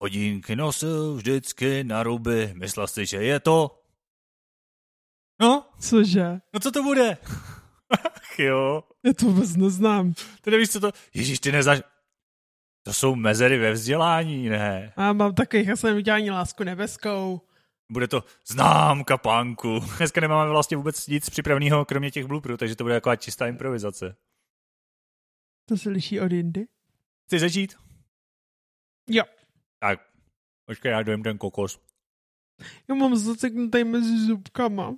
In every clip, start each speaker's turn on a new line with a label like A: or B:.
A: Hodinky nosil vždycky na ruby. Myslel jsi, že je to? No?
B: Cože?
A: No co to bude? Jo.
B: Já to vůbec neznám.
A: Ty nevíš, co to... Ježíš, ty neznáš... To jsou mezery ve vzdělání, ne?
B: Já mám takových, já jsem viděla ani Lásku nebeskou.
A: Bude to známka punku. Dneska nemáme vlastně vůbec nic připraveného, kromě těch blooperů, takže to bude taková čistá improvizace.
B: To se liší od jindy.
A: Chceš začít?
B: Jo.
A: Tak, počkej, já dojem ten kokos.
B: Já mám zaceknutý mezi zubkama.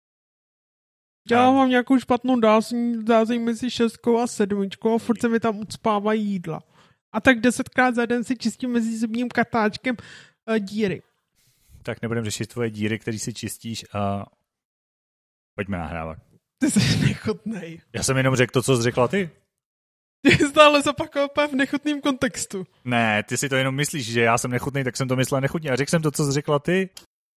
B: Já mám nějakou špatnou dázení mezi 6 a 7 a furt se mi tam ucpávají jídla. A tak 10krát za den si čistím mezi zubním katáčkem díry.
A: Tak nebudem řešit tvoje díry, který si čistíš a pojďme nahrávat.
B: Ty jsi nechutnej.
A: Já jsem jenom řekl to, co jsi řekla ty.
B: Ty stále zopakoval v nechutným kontextu.
A: Ne, ty si to jenom myslíš, že já jsem nechutnej, tak jsem to myslel nechutně. A řekl jsem to, co jsi řekla ty.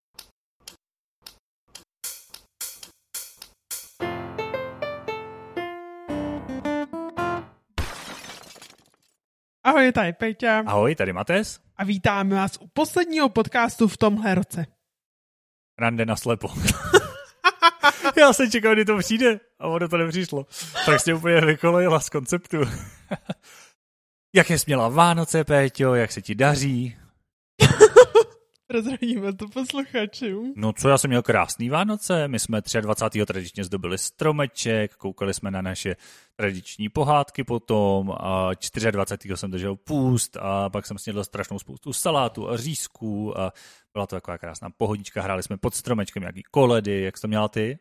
B: Ahoj, tady Peťa.
A: Ahoj, tady Mates.
B: A vítáme vás u posledního podcastu v tomhle roce.
A: Rande na slepo. Já jsem čekal, kdy to přijde a ono to nepřišlo. Tak jsi úplně vykolejila z konceptu. Jak jsi měla Vánoce, Péťo, jak se ti daří?
B: Rozradíme to posluchačům.
A: No co, já jsem měl krásný Vánoce. My jsme 23. tradičně zdobili stromeček, koukali jsme na naše tradiční pohádky potom a 24. jsem držel půst a pak jsem snědl strašnou spoustu salátu a řízků a byla to taková krásná pohodička. Hráli jsme pod stromečkem nějaký koledy. Jak jsi to měla ty?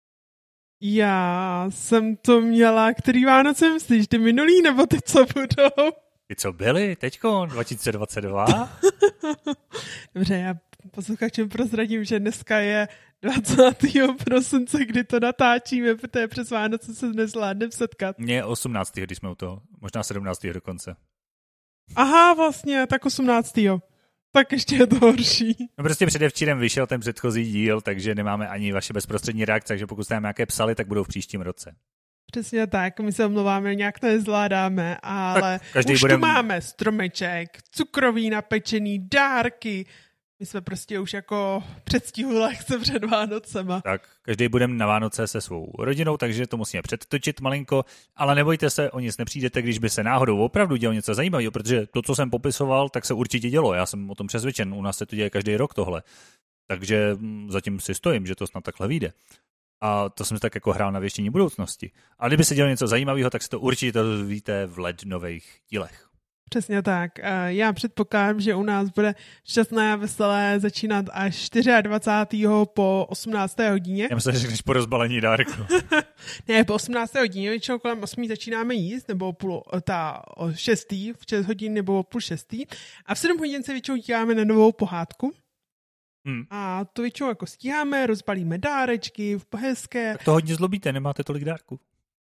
B: Já jsem to měla, který Vánoce myslíš? Ty minulý nebo ty, co budou?
A: Ty co byly teďko, 2022?
B: Dobře, já posluchačům prozradím, že dneska je 20. prosince, kdy to natáčíme, protože přes Vánoce se nezvládneme setkat.
A: Mně 18. když jsme u toho, možná 17. dokonce.
B: Aha, vlastně, tak 18. Tak ještě je to horší.
A: No prostě předevčírem vyšel ten předchozí díl, takže nemáme ani vaše bezprostřední reakce, takže pokud jste nám nějaké psali, tak budou v příštím roce.
B: Přesně tak, my se omlouváme, nějak to nezvládáme, ale už tu máme stromeček, cukroví napečený, dárky. My jsme prostě už jako předstihu lehce před Vánocema.
A: Tak, každý budeme na Vánoce se svou rodinou, takže to musíme předtočit malinko, ale nebojte se, o nic nepřijdete, když by se náhodou opravdu dělo něco zajímavého, protože to, co jsem popisoval, tak se určitě dělo. Já jsem o tom přesvědčen, u nás se to děje každý rok tohle. Takže zatím si stojím, že to snad takhle vyjde. A to jsem tak jako hrál na věštění budoucnosti. A kdyby se dělo něco zajímavého, tak si to určitě dozvíte v lednových dílech.
B: Přesně tak. Já předpokládám, že u nás bude šťastné a veselé začínat až 24. po 18. hodině.
A: Já myslím, že řekneš po rozbalení dárku.
B: Ne, po 18. hodině, většinou kolem 8 začínáme jíst, nebo o 6. v 6 hodin nebo o půl 6. A v 7 hodin se většinou díváme na novou pohádku. A to většinou jako stíháme, rozbalíme dárečky, hezké.
A: Tak to hodně zlobíte, nemáte tolik dárků.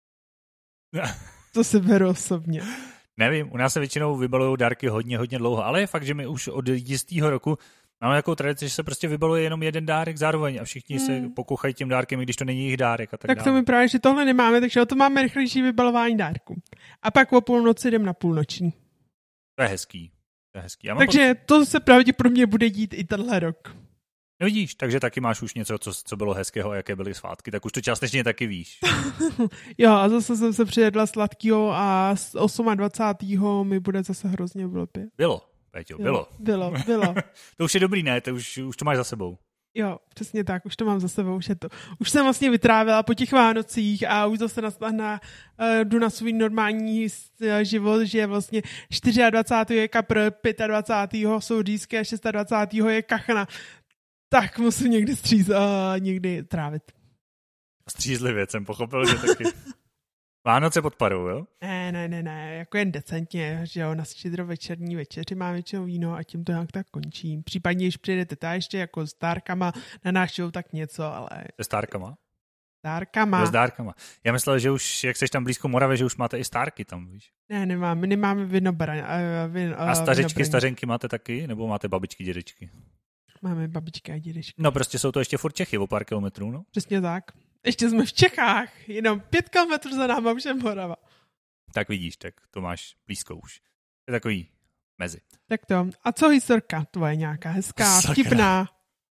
B: To si beru osobně.
A: Nevím, u nás se většinou vybalují dárky hodně dlouho, ale je fakt, že my už od jistého roku máme takovou tradici, že se prostě vybaluje jenom jeden dárek zároveň a všichni se pokuchají tím dárkem, i když to není jejich dárek a tak dále.
B: Tak to mi právě, že tohle nemáme, takže to máme rychlejší vybalování dárku. A pak o půlnoci jdem na půlnoční.
A: To je hezký.
B: Takže to se pravděpodobně bude dít i tenhle rok.
A: No vidíš, takže taky máš už něco, co bylo hezkého a jaké byly svátky, tak už to částečně taky víš.
B: Jo, a zase jsem se přijedla sladkýho a z 28. mi bude zase hrozně blbě.
A: Bylo, Péťo, bylo. To už je dobrý, ne? To už to máš za sebou.
B: Jo, přesně tak, už to mám za sebou, už jsem vlastně vytrávila po těch Vánocích a už zase jdu na svůj normální život, že je vlastně 24. je kapr, 25. jsou řízky a 26. je kachna. Tak musím někdy někdy trávit.
A: Střízlivě jsem pochopil, že taky. Vánoce pod parou, jo?
B: Ne, jako jen decentně, že jo, na štědrovečerní večeři mám většinou víno a tím to nějak tak končí. Případně, když přijedete ta ještě jako s dárkama na návštěvu, tak něco, ale...
A: Se stárkama?
B: S
A: dárkama. Já myslel, že už, jak jsi tam blízko Moravy, že už máte i stárky tam, víš?
B: Ne, nemáme vinobraň.
A: A stařenky máte taky? Nebo máte babičky, dědečky?
B: Máme babičky a dědečky.
A: No prostě jsou to ještě furt Čechy o pár kilometrů, no?
B: Přesně tak. Ještě jsme v Čechách, jenom 5 kilometrů za náma už je Morava.
A: Tak vidíš, tak to máš blízko už. Je takový mezi.
B: Tak to. A co historka tvoje nějaká hezká, vtipná?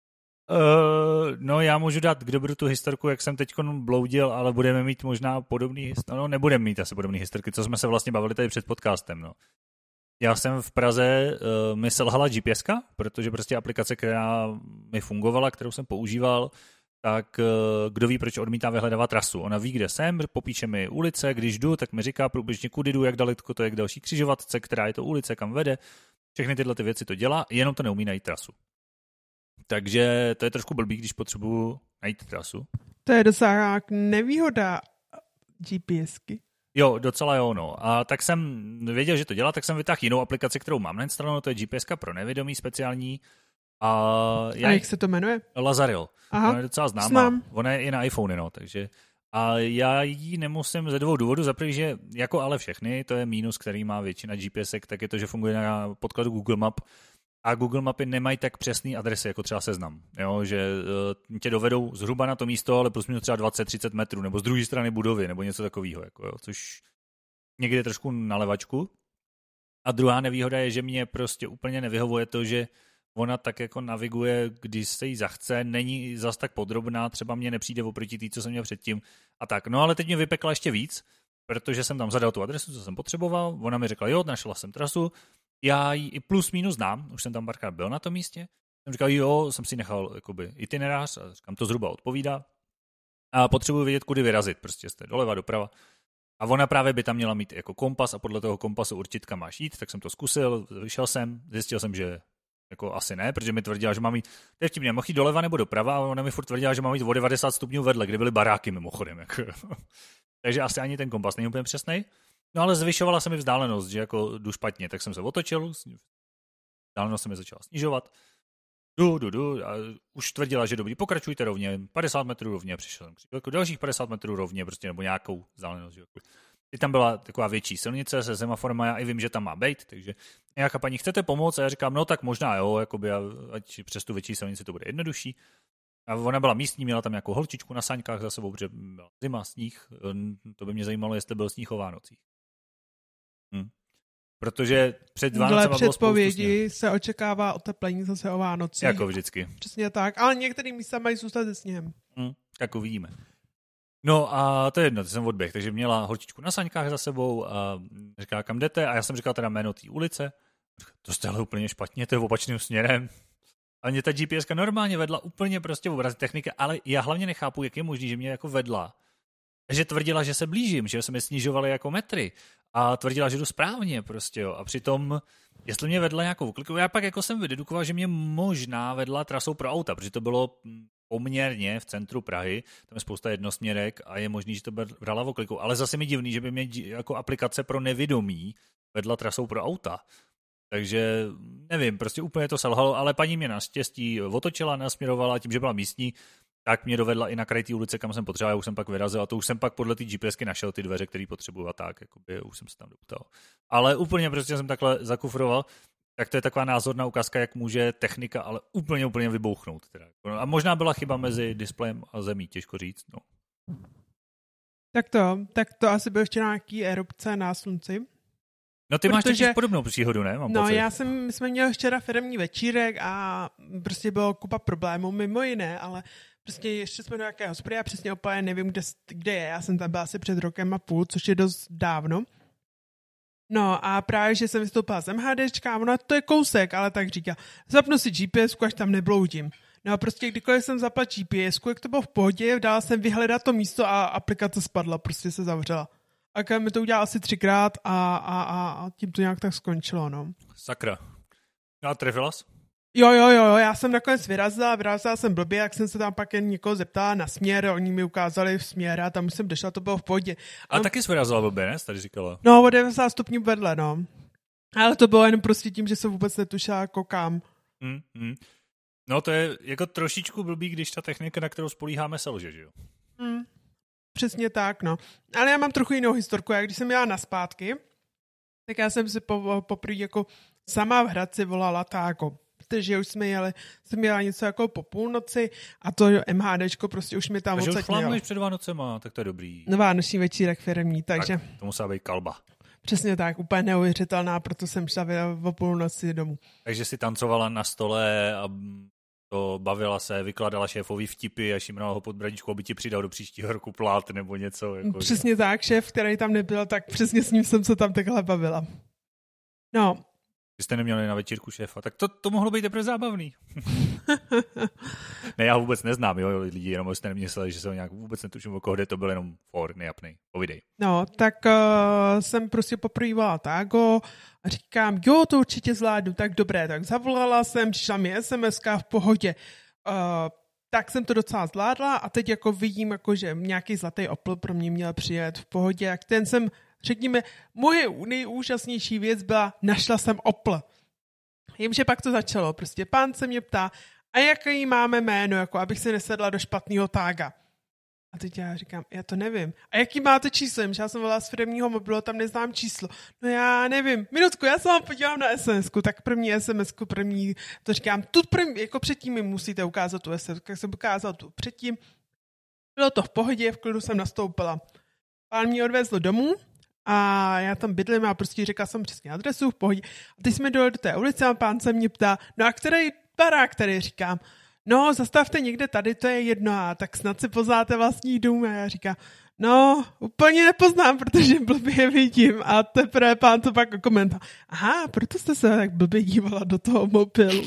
A: No já můžu dát k dobru tu historku, jak jsem teď bloudil, ale budeme mít možná podobný historky. No nebudeme mít asi podobný historky, co jsme se vlastně bavili tady před podcastem. No. Já jsem v Praze, mi selhala GPSka, protože prostě aplikace, která mi fungovala, kterou jsem používal, tak kdo ví, proč odmítá vyhledávat trasu. Ona ví, kde jsem, popíše mi ulice, když jdu, tak mi říká průběžně, kudy jdu, jak daleko to je k další křižovatce, která je to ulice, kam vede. Všechny tyhle ty věci to dělá, jenom to neumí najít trasu. Takže to je trošku blbý, když potřebuju najít trasu.
B: To je docela nevýhoda GPSky.
A: Jo, docela jo, no. A tak jsem věděl, že to dělá, tak jsem vytáhl jinou aplikaci, kterou mám nainstalováno, to je GPSka pro nevědomí speciální. A
B: jak se to jmenuje?
A: Lazaril.
B: Aha,
A: ona je docela známá.
B: Znám.
A: Ona je i na iPhone, no, takže. A já ji nemusím ze 2 důvodů. Za první, že jako ale všechny, to je mínus, který má většina GPSek, tak je to, že funguje na podkladu Google Map. A Google Mapy nemají tak přesné adresy, jako třeba Seznam. Jo, že tě dovedou zhruba na to místo, ale plus minus třeba 20-30 metrů, nebo z druhé strany budovy, nebo něco takového, jako, jo, což někdy je trošku na levačku. A druhá nevýhoda je, že mě prostě úplně nevyhovuje to, že ona tak jako naviguje, když se jí zachce, není zas tak podrobná, třeba mě nepřijde oproti té, co jsem měl předtím a tak. No ale teď mě vypekla ještě víc, protože jsem tam zadal tu adresu, co jsem potřeboval, ona mi řekla, jo, našla jsem trasu, já ji i plus minus znám, už jsem tam párkrát byl na tom místě, jsem říkal, jo, jsem si nechal jakoby itinerář a říkám, to zhruba odpovídá a potřebuji vědět, kudy vyrazit, prostě jste doleva, doprava. A ona právě by tam měla mít jako kompas a podle toho kompasu určit, kam máš jít, tak jsem to zkusil, vyšel jsem, zjistil jsem, že jako asi ne, protože mi tvrdila, že mám jít, to je vtipně, mohl jít doleva nebo doprava a ona mi furt tvrdila, že mám jít o 90 stupňů vedle, kde byly baráky mimochodem. Jako. Takže asi ani ten kompas není úplně přesnej. No ale zvyšovala se mi vzdálenost, že jako jdu špatně, tak jsem se otočil, vzdálenost se mi začala snižovat. Jdu a už tvrdila, že dobrý, pokračujte rovně, 50 metrů rovně, přišel jsem jako dalších 50 metrů rovně, prostě nebo nějakou vzdálenost. I tam byla taková větší silnice se semaforem a já i vím, že tam má být, takže nějaká paní, chcete pomoct? A já říkám, no tak možná jo, jakoby, ať přes tu větší silnici to bude jednodušší. A ona byla místní, měla tam nějakou holčičku na saňkách za sebou, protože byla zima, sníh, to by mě zajímalo, jestli byl sníh o Vánocích. Protože před Vánocema bylo
B: předpovědi se očekává oteplení zase o Vánocích.
A: Jako vždycky.
B: Přesně tak, ale některý místa mají zůstat se sněhem.
A: Tak uvidíme. No a to je jedno, to jsem odběh, takže měla holčičku na saňkách za sebou a říkala, kam jdete? A já jsem říkal teda jméno té ulice. To jste ale úplně špatně, to je opačným směrem. A mě ta GPSka normálně vedla úplně prostě v obrazí techniky, ale já hlavně nechápu, jak je možný, že mě jako vedla. Že tvrdila, že se blížím, že se mi snižovaly jako metry a tvrdila, že jdu správně prostě, jo. A přitom, jestli mě vedla nějakou kliku, já pak jako jsem vydedukoval, že mě možná vedla trasou pro auta, protože to bylo poměrně v centru Prahy, tam je spousta jednosměrek a je možný, že to brala oklikou, ale zase mi divný, že by mě jako aplikace pro nevědomí vedla trasou pro auta. Takže nevím, prostě úplně to selhalo, ale paní mě naštěstí otočila, nasměrovala tím, že byla místní, tak mě dovedla i na kraj té ulice, kam jsem potřeboval, já už jsem pak vyrazil a to už jsem pak podle té GPSky našel ty dveře, které potřebuju a tak, jakoby už jsem se tam doptal. Ale úplně prostě jsem takhle zakufroval, tak to je taková názorná ukázka, jak může technika ale úplně vybouchnout. Teda. A možná byla chyba mezi displejem a zemí, těžko říct. No.
B: Tak to asi byl ještě nějaký erupce na slunci.
A: No ty máš taky podobnou příhodu, ne? Mám pocit.
B: My jsme měli včera firemní večírek a prostě bylo kupa problémů, mimo jiné, ale prostě ještě jsme do nějaké hospody, já přesně úplně nevím, kde je, já jsem tam byla asi před rokem a půl, což je dost dávno. No a právě, že jsem vystoupila z MHDčka a ona to je kousek, ale tak říká, zapnu si GPSku, až tam nebloudím. No a prostě kdykoliv jsem zapla GPSku, jak to bylo v pohodě, dala jsem vyhledat to místo a aplikace spadla, prostě se zavřela. A mi to udělal asi 3krát a tím to nějak tak skončilo, no.
A: Sakra. A trefila jsi?
B: Jo, já jsem nakonec vyrazila jsem blbě, jak jsem se tam pak jen někoho zeptala na směr, oni mi ukázali směr a tam jsem došla, to bylo v pohodě.
A: A taky jsi vyrazila blbě, ne? Jsi tady říkala.
B: No, o 90 stupňů vedle, no. Ale to bylo jen prostě tím, že jsem vůbec netušila jako kam.
A: No to je jako trošičku blbý, když ta technika, na kterou spolíháme, selže, že jo?
B: Přesně tak, no. Ale já mám trochu jinou historku, jak když jsem jela naspátky, tak já jsem si poprvé jako sama v Hradci volala táko. Protože už jsem jela něco jako po půlnoci a to MHDčko prostě už mi tam
A: odsaď mělo.
B: Takže už
A: před Vánocema, tak to je dobrý.
B: No vánoční večírek firemní, takže.
A: Tak, to musela být kalba.
B: Přesně tak, úplně neuvěřitelná, proto jsem šla o půlnoci domů.
A: Takže si tancovala na stole a to bavila se, vykladala šéfovi vtipy a šimrala ho pod bradičku, aby ti přidal do příštího roku plát nebo něco. Jako,
B: přesně tak, šéf, který tam nebyl, tak přesně s ním jsem se tam takhle bavila. No.
A: Vy jste neměli na večírku šéfa, tak to mohlo být teprve zábavný. Ne, já ho vůbec neznám, jo, lidi, jenom jste nemysleli, že se ho nějak vůbec netuším, o koho jde, to byl jenom for, nejapnej. Povidej.
B: No, tak jsem prostě poprvé volala Tágo a říkám, jo, to určitě zvládnu, tak dobré, tak zavolala jsem, přišla mi SMS-ka v pohodě. Tak jsem to docela zvládla a teď jako vidím, jako, že nějaký zlatý Opel pro mě měl přijet v pohodě, jak ten jsem, řekněme, moje nejúžasnější věc byla, našla jsem Opel. Jím, že pak to začalo, prostě pán se mě ptá, a jaký máme jméno, jako abych se nesedla do špatného Tága. A teď já říkám, já to nevím. A jaký máte číslo? Já jsem volala z firemního mobilu, tam neznám číslo. No já nevím. Minutku, já se vám podívám na SMS-ku, tak první SMS-ku, to říkám, tu první, jako předtím mi musíte ukázat tu SMS-ku, jak jsem ukázal tu předtím. Bylo to v pohodě, v klidu jsem nastoupila. Pán mě odvezl domů a já tam bydlím a prostě říkal jsem přesně adresu v pohodě. A teď jsme dojeli do té ulice a pán se mě ptá, no a který barák tady, říkám, no, zastavte někde tady, to je jedno, a tak snad si poznáte vlastní dům. A já říkám, no, úplně nepoznám, protože blbě vidím. A teprve pán to pak komentoval. Aha, proto jste se tak blbě dívala do toho mobilu.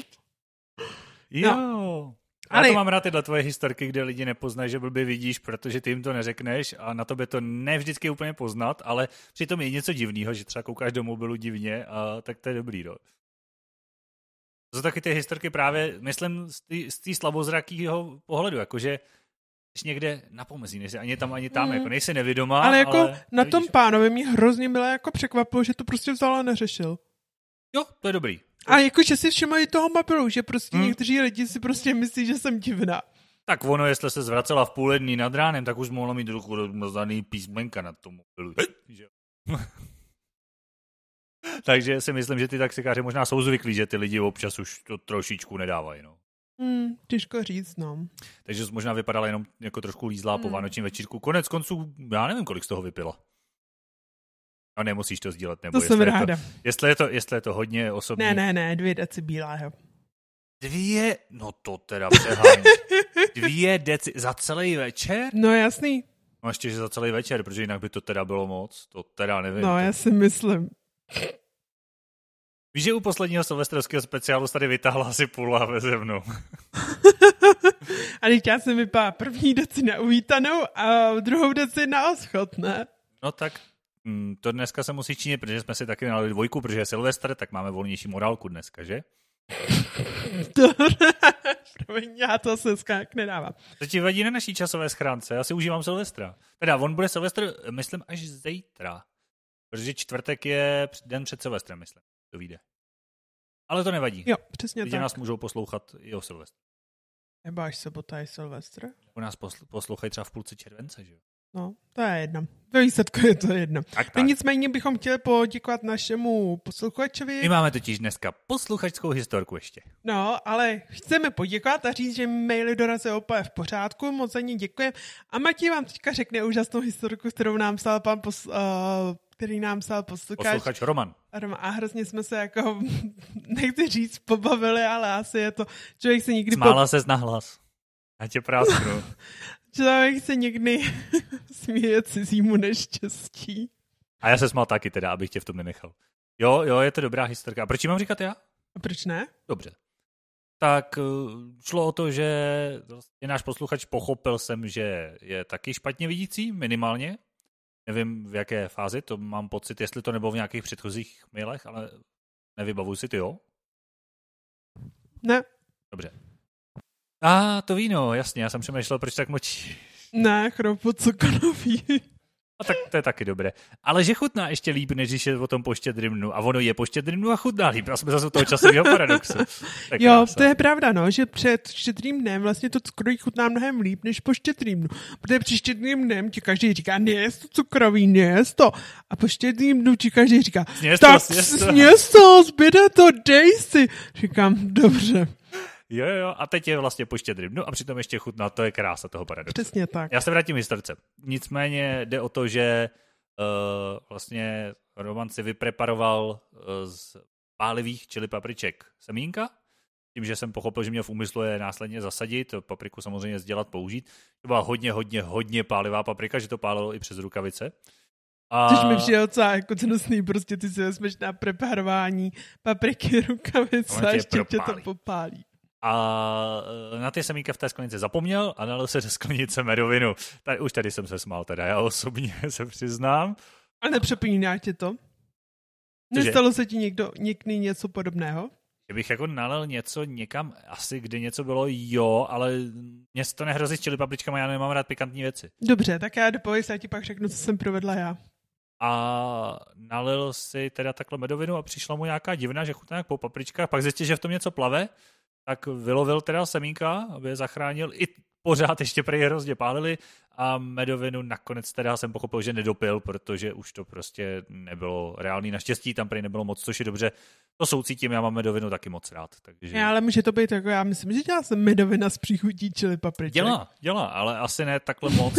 A: Jo.
B: No.
A: Já to mám rád tyhle tvoje historky, kde lidi nepoznají, že blbě vidíš, protože ty jim to neřekneš a na tobě to ne vždycky úplně poznat, ale přitom je něco divného, že třeba koukáš do mobilu divně a tak to je dobrý, no. To jsou taky ty historky právě, myslím, z té slabozrakýho pohledu, jakože jsi někde na pomezí, nejsi ani tam, ani tam, jako nejsi nevědomá,
B: ale jako
A: ale
B: na
A: nevidíš.
B: tom pánovi mě hrozně milé jako překvapilo, že to prostě vzal a neřešil.
A: Jo, to je dobrý.
B: A jako, že si všimli toho mobilu, že prostě někteří lidi si prostě myslí, že jsem divná.
A: Tak ono, jestli se zvracela v půl jedný nad ránem, tak už mohla mít trochu rozdaný písmenka na tom mobilu. Takže si myslím, že ty taxikáři možná jsou zvyklí, že ty lidi občas už to trošičku nedávají, no.
B: Těžko říct, no.
A: Takže možná vypadala jenom jako trošku lízlá po vánočním večírku. Konec konců, já nevím, kolik z toho vypila. A nemusíš to sdílet, nebo
B: to jsem ráda.
A: Jestli je to hodně osobní.
B: Ne, 2 deci bílého.
A: 2? No to teda přehání. 2 deci za celý večer?
B: No jasný.
A: No ještě, že za celý večer, protože jinak by to teda bylo moc. To teda nevím.
B: No já si myslím.
A: Víš, že u posledního silvestrovského speciálu tady vytáhla asi půl lahve ze mnou.
B: A teď já jsem vypala první deci na uvítanou a druhou deci na oschod, ne?
A: No tak to dneska se musí činit, protože jsme si taky nalili 2, protože je Silvestr, tak máme volnější morálku dneska, že?
B: Promiň, já to se skák nedávám.
A: To ti vadí na naší časové schránce, já si užívám Silvestra. Teda on bude Silvestr, myslím, až zítra. Protože čtvrtek je den před Silvestrem, myslím, to vyjde. Ale to nevadí.
B: Jo, přesně
A: lidi
B: tak.
A: nás můžou poslouchat i o Silvestru.
B: Nebo až sobota je Silvestr.
A: U nás poslouchají třeba v půlce července, že jo?
B: No, to je jedno. To výsledku je to jedno.
A: Tak.
B: No nicméně bychom chtěli poděkovat našemu posluchačovi.
A: My máme totiž dneska posluchačskou historku ještě.
B: No, ale chceme poděkovat a říct, že maily dorazily úplně v pořádku, moc za ní děkujeme. A Matěj vám teďka řekne úžasnou historku, kterou nám psal který nám psal
A: Posluchač Roman.
B: A hrozně jsme se jako, nechci říct, pobavili, ale asi je to, člověk se někdy...
A: Smála ses na hlas. Já tě prásknu.
B: Člověk se někdy směje cizímu neštěstí.
A: A já se smál taky teda, abych tě v tom nenechal. Jo, je to dobrá historka. A proč ji mám říkat já?
B: A proč ne?
A: Dobře. Tak šlo o to, že vlastně náš posluchač pochopil jsem, že je taky špatně vidící, minimálně. Nevím, v jaké fázi, to mám pocit, jestli to nebylo v nějakých předchozích mailech, ale nevybavuji si, ty jo?
B: Ne.
A: Dobře. A to víno, jasně, já jsem přemýšlel, proč tak mlčí.
B: Ne, chroupu cukrový.
A: A tak to je taky dobré. Ale že chutná ještě líp, než když je o tom po Štědrým dnu. A ono je po Štědrým dnu a chutná líp. A jsme zase u toho časového paradoxu.
B: Jo, to je pravda, no, že před Štědrým dnem vlastně to cukroví chutná mnohem líp, než po Štědrým dnu. Protože při Štědrým dnem ti každý říká, nejes to cukroví, nejes to. A po Štědrým dnu ti každý říká, sněz to, zbyde to, dej si. Říkám, dobře.
A: Jo, a teď je vlastně po Štědrým dnu a přitom ještě chutná, to je krása toho paradoxu.
B: Přesně tak.
A: Já se vrátím historce. Nicméně jde o to, že vlastně Roman si vypreparoval z pálivých chili papriček semínka, tím, že jsem pochopil, že měl v úmyslu je následně zasadit, papriku samozřejmě sdělat, použít. To byla hodně pálivá paprika, že to pálilo i přes rukavice.
B: Což mi přijde docela jako cenostný, prostě ty si vezmeš na preparování papriky rukavice a ještě tě to popálí.
A: A na ty semínka v té sklenici zapomněl a nalil se do sklenice medovinu. Už tady jsem se smál teda, já osobně se přiznám.
B: A nepřepíná tě to? Nestalo se ti někdy něco podobného?
A: Kdybych jako nalil něco někam, asi kde něco bylo, jo, ale mě to nehrozí s chili papričkama, já nemám rád pikantní věci.
B: Dobře, tak já dopověď, já ti pak řeknu, co jsem provedla já.
A: A nalil si teda takhle medovinu a přišla mu nějaká divná, že chutná jak po papričkách, pak zjistil, že v tom něco plave, tak vylovil teda semínka, aby je zachránil, i pořád ještě prej hrozně pálili a medovinu nakonec teda jsem pochopil, že nedopil, protože už to prostě nebylo reálný. Naštěstí tam prej nebylo moc, což je dobře. To soucítím, já mám medovinu taky moc rád. Takže...
B: Ale může to být jako, já myslím, že dělá jsem medovina s příchutí chili papriček.
A: Dělá, ale asi ne takhle moc.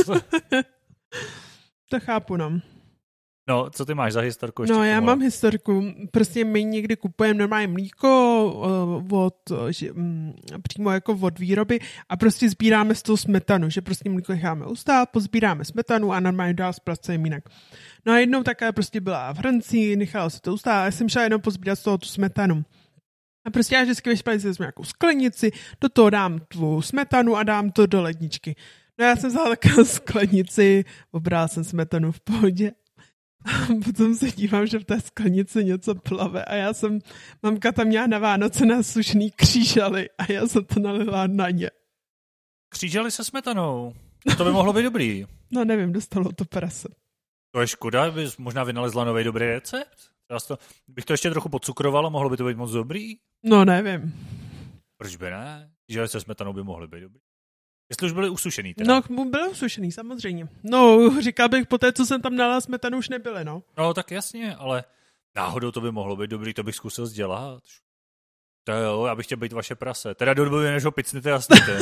B: To chápu, no.
A: No, co ty máš za historku?
B: No, já mám historku. Prostě my někdy kupujeme normálně mlíko přímo jako od výroby a prostě sbíráme z toho smetanu, že prostě mlíko necháme ustát, pozbíráme smetanu a normálně dál zpracujeme jinak. No a jednou také prostě byla v hrnci, nechala se to ustát a já jsem šla jenom pozbírat z toho tu smetanu. A prostě já vždycky vyšpali si vezmu nějakou sklenici, do toho dám tu smetanu a dám to do ledničky. No já jsem vzala takovou sklenici, obrala jsem smetanu v pohodě. A potom se dívám, že v té sklenici něco plave a mamka tam měla na Vánoce nasušený křížaly a já jsem to nalila na ně.
A: Křížaly se smetanou. To by mohlo být dobrý.
B: No nevím, dostalo to prase.
A: To je škoda, bys možná vynalezla nový dobrý recept. Bych to ještě trochu podcukrovala, mohlo by to být moc dobrý.
B: No nevím.
A: Proč by ne? Křížaly se smetanou by mohly být dobrý. Jestli už byly usušený teda.
B: No, byly usušený, samozřejmě. No, říkal bych, po té, co jsem tam dala smetanu, už nebyly, no.
A: No, tak jasně, ale náhodou to by mohlo být dobrý, to bych zkusil dělat. To jo, já bych chtěl být vaše prase. Teda do doby, než ho picnete a sněte.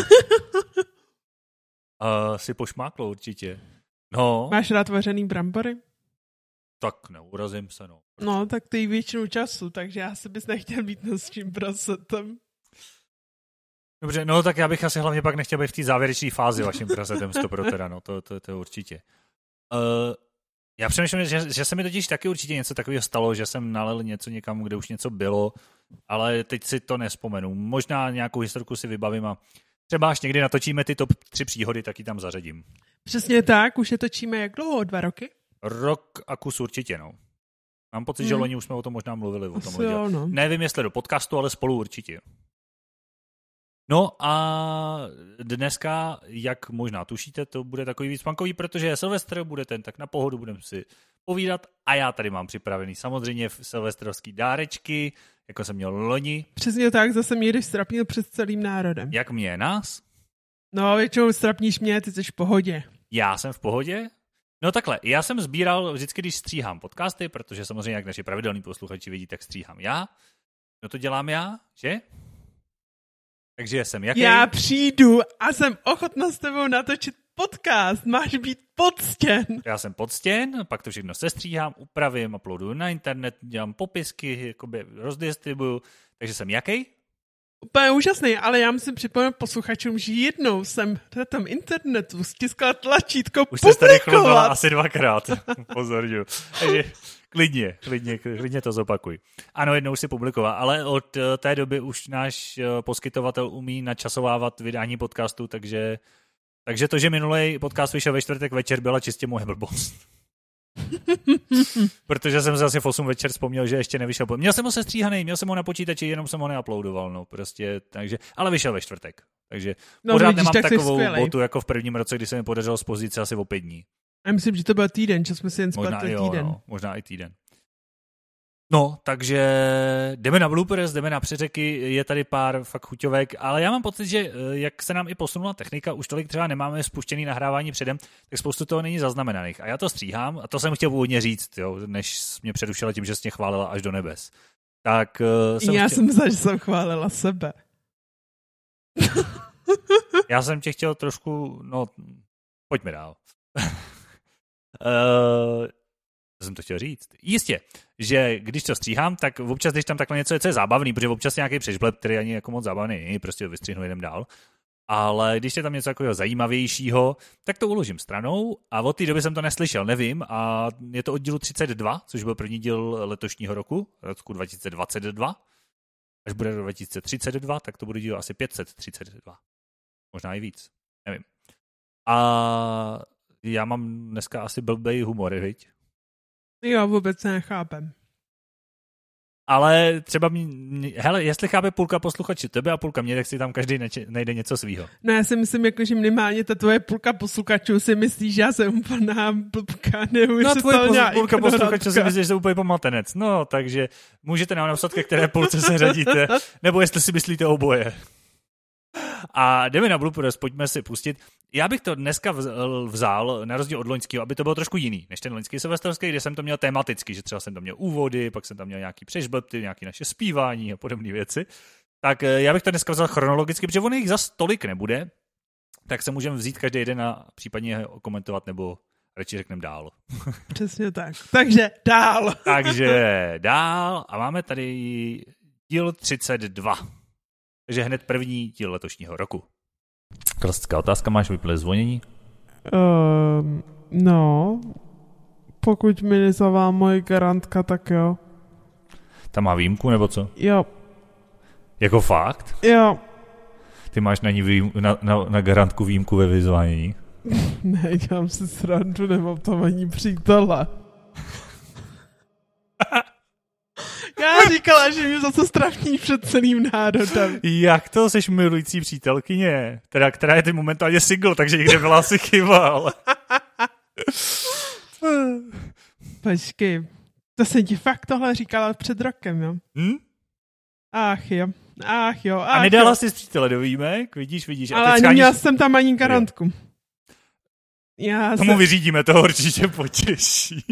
A: Si pošmáklo určitě. No.
B: Máš rád vařený brambory?
A: Tak neurazím se, no.
B: No, tak ty většinu času, takže já si bys nechtěl být s tím prasetem.
A: Dobře, no tak já bych asi hlavně pak nechtěl být v té závěrečné fázi vaším prasetem stopro teda, no to určitě. Já přemýšlím, že se mi totiž taky určitě něco takového stalo, že jsem nalil něco někam, kde už něco bylo, ale teď si to nespomenu. Možná nějakou historku si vybavím a třeba až někdy natočíme ty top 3 příhody, tak ji tam zařadím.
B: Přesně tak, už je točíme jak dlouho? 2 roky?
A: Rok a kus určitě, no. Mám pocit, že loni už jsme o tom možná mluvili. O tom
B: jo, no.
A: Nevím, jestli do podcastu, ale spolu určitě. No a dneska, jak možná tušíte, to bude takový víc punkový, protože je Silvestr, bude ten tak na pohodu, budeme si povídat a já tady mám připravený samozřejmě silvestrovský dárečky, jako jsem měl loni.
B: Přesně tak, zase mě jdeš strapnil před celým národem.
A: Jak mě nás?
B: No, většinou strapníš mě, ty jsi v pohodě.
A: Já jsem v pohodě? No takhle, já jsem sbíral vždycky, když stříhám podcasty, protože samozřejmě jak naši pravidelní posluchači vidí, tak stříhám já. No to dělám já, že? Takže jsem jaký?
B: Já přijdu a jsem ochotná s tebou natočit podcast. Máš být poctěn.
A: Já jsem poctěn, pak to všechno sestříhám, upravím, uploaduju na internet, dělám popisky, jakoby rozdistribuju. Takže jsem jaký?
B: Úplně úžasný, ale já musím připomenout posluchačům, že jednou jsem na tom internetu stiskla tlačítko
A: už publikovat. Už jsi tady chlubila asi 2krát. Pozorňuji. Takže klidně to zopakuj. Ano, jednou si publikoval, ale od té doby už náš poskytovatel umí načasovávat vydání podcastu, takže to, že minulý podcast vyšel ve čtvrtek večer, byla čistě moje blbost. Protože jsem se asi v 8 večer vzpomněl, že ještě nevyšel. Měl jsem ho sestříhaný, měl jsem ho na počítači, jenom jsem ho neuploadoval, no prostě, takže, ale vyšel ve čtvrtek. Takže pořád
B: vidíš,
A: nemám takovou botu jako v prvním roce, kdy se mi podařilo z pozice asi o 5 dní.
B: Já myslím, že to byl týden, že jsme si jen spletli týden.
A: No, možná i týden. No, takže jdeme na bloopers, jdeme na přeřeky, je tady pár fakt chuťovek, ale já mám pocit, že jak se nám i posunula technika, už tolik třeba nemáme spuštěný nahrávání předem, tak spoustu toho není zaznamenaných. A já to stříhám, a to jsem chtěl původně říct, jo, než mě přerušila tím, že jsi mě chválila až do nebes. Tak
B: jsem myslel, že jsem chválila sebe.
A: Já jsem tě chtěl trošku, no, pojďme dál. Co jsem to chtěl říct? Jistě, že když to stříhám, tak občas, když tam takhle něco je, co je zábavný, protože občas nějaký přešbleb, který ani jako moc zábavný není, prostě vystřihnu jdem dál. Ale když je tam něco takového zajímavějšího, tak to uložím stranou a od té doby jsem to neslyšel, nevím. A je to od dílu 32, což byl první díl letošního roku 2022. Až bude 2032, tak to bude díl asi 532. Možná i víc, nevím. A já mám dneska asi blbej humor, viď?
B: Jo, vůbec nechápem.
A: Ale třeba hele, jestli chápe půlka posluchači tebe a půlka mě, tak si tam každý najde něco svýho.
B: No já si myslím, jako, že minimálně ta tvoje půlka posluchačů si myslí, že já jsem úplná blbka,
A: no tvoje půlka posluchačů si myslí, že jsem úplně pomatenec. No, takže můžete nám napsat, ke které půlce se řadíte, nebo jestli si myslíte oboje. A jdeme na Bloopers, pojďme si pustit. Já bych to dneska vzal, na rozdíl od loňského, aby to bylo trošku jiný, než ten loňský silvestrovský, kde jsem to měl tematicky, že třeba jsem tam měl úvody, pak jsem tam měl nějaký přešblbty, nějaké naše zpívání a podobné věci. Tak já bych to dneska vzal chronologicky, protože on jich zas tolik nebude, tak se můžeme vzít každý jeden a případně komentovat, nebo radši řekneme dál.
B: Přesně tak. Takže dál.
A: Takže dál a máme tady díl 32. Takže hned první díl letošního roku. Klasická otázka, máš vyplé zvonění?
B: No, pokud mi nezavolá moje garantka, tak jo.
A: Tam má výjimku, nebo co?
B: Jo.
A: Jako fakt?
B: Jo.
A: Ty máš na ní na garantku výjimku ve vyzvánění?
B: Ne, dělám si srandu, nemám tam ani přítele. Já říkala, že mě zase strachní před celým národem.
A: Jak to, seš milující přítelkyně? Teda, která je teď momentálně single, takže někde byla asi chyba, ale...
B: Počkej, to jsem ti fakt tohle říkala před rokem, jo? Ach jo.
A: A nedala jsi z přítele do výjimek? Vidíš.
B: Ale ani měla jsem tam ani garantku.
A: Tomu vyřídíme, toho určitě potěší.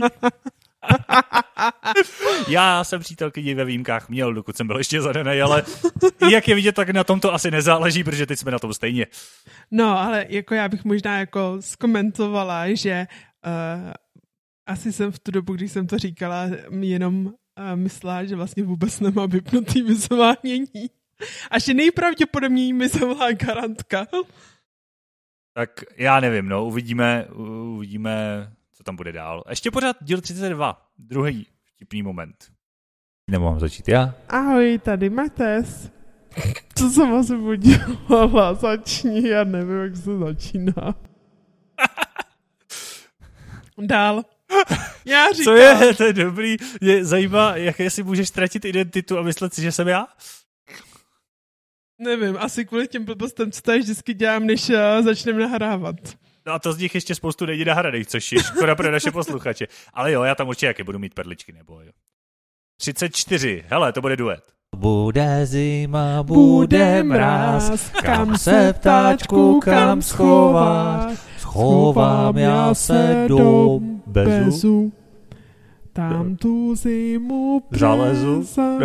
A: Já jsem přítelkyni ve výjimkách měl, dokud jsem byl ještě zadanej, ale jak je vidět, tak na tom to asi nezáleží, protože teď jsme na tom stejně.
B: No, ale jako já bych možná jako zkomentovala, že asi jsem v tu dobu, když jsem to říkala, jenom myslela, že vlastně vůbec nemá vypnutý vyzvánění. A že nejpravděpodobněji mi zavolá garantka.
A: Tak já nevím, no, uvidíme, co tam bude dál. Ještě pořád díl 32, druhý vtipný moment. Nebo mám začít já?
B: Ahoj, tady Mates. Co jsem asi udělala? Začni, já nevím, jak se začíná. Dál. Já říkám.
A: Co je, to je dobrý. Mě zajímá, jak si můžeš ztratit identitu a myslet si, že jsem já?
B: Nevím, asi kvůli těm blbostem, co tady vždycky dělám, než začneme nahrávat.
A: No a to z nich ještě spoustu není nahraných, což je škoda pro naše posluchače. Ale jo, já tam určitě jaké budu mít perličky, nebo jo. 34, hele, to bude duet.
C: Bude zima, bude mráz, kam se ptáčku kam schováš? Schovám já se do bezu.
B: Tam tu zimu
A: zalezu.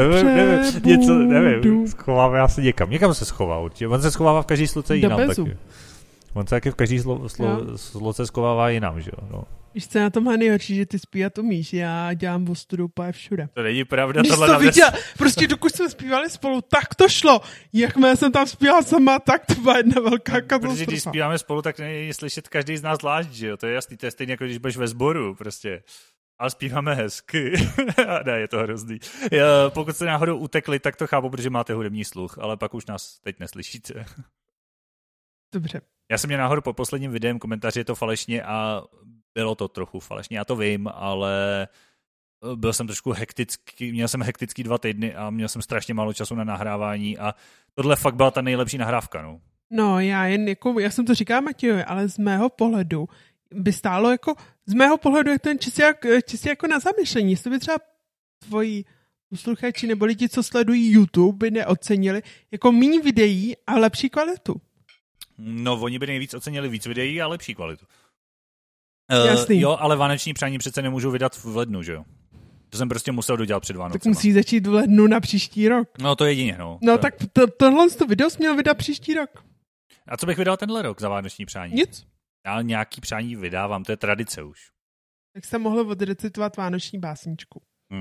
A: Nevím, schovám já se někam se schová určitě. On se schovává v každý sloce jinam taky. On se taky v každý sloce schovává jinam, že jo. No.
B: Víš, co je na tomhle nejhorší, že ty zpívat umíš, já dělám ostudu úplně všude.
A: To není pravda.
B: To viděl, prostě dokud jsme zpívali spolu, tak to šlo. Jakmile jsem tam zpívala sama, tak to byla jedna velká katastrofa.
A: Protože když zpíváme spolu, tak není slyšet každý z nás zvlášť, že jo. To je jasný, to je stejně jako když budeš ve sboru, prostě. Ale zpíváme hezky. Ne, je to hrozný. Pokud jste náhodou utekli, tak to chápu, protože máte hudební sluch, ale pak už nás teď neslyšíte.
B: Dobře.
A: Já jsem měl náhodou po posledním videem komentáři, je to falešně a bylo to trochu falešně, já to vím, ale byl jsem trošku hektický, měl jsem hektický 2 týdny a měl jsem strašně málo času na nahrávání a tohle fakt byla ta nejlepší nahrávka, no.
B: No, já jsem to říkala Matějovi, ale z mého pohledu by stálo jako, z mého pohledu je ten čistě jako na zamyšlení, jestli by třeba tvoji posluchači nebo lidi, co sledují YouTube, by neocenili jako méně videí a lepší kvalitu.
A: No, oni by nejvíc ocenili víc videí a lepší kvalitu.
B: Jasný.
A: Jo, ale vánoční přání přece nemůžou vydat v lednu, že jo? To jsem prostě musel dodělat před Vánocema.
B: Tak musí začít v lednu na příští rok.
A: No, to jedině, no.
B: No, tak tohle video jsi měl vydat příští rok.
A: A co bych vydal tenhle rok za vánoční přání?
B: Nic.
A: Já nějaký přání vydávám, to je tradice už.
B: Tak jsem mohl odrecitovat vánoční básničku.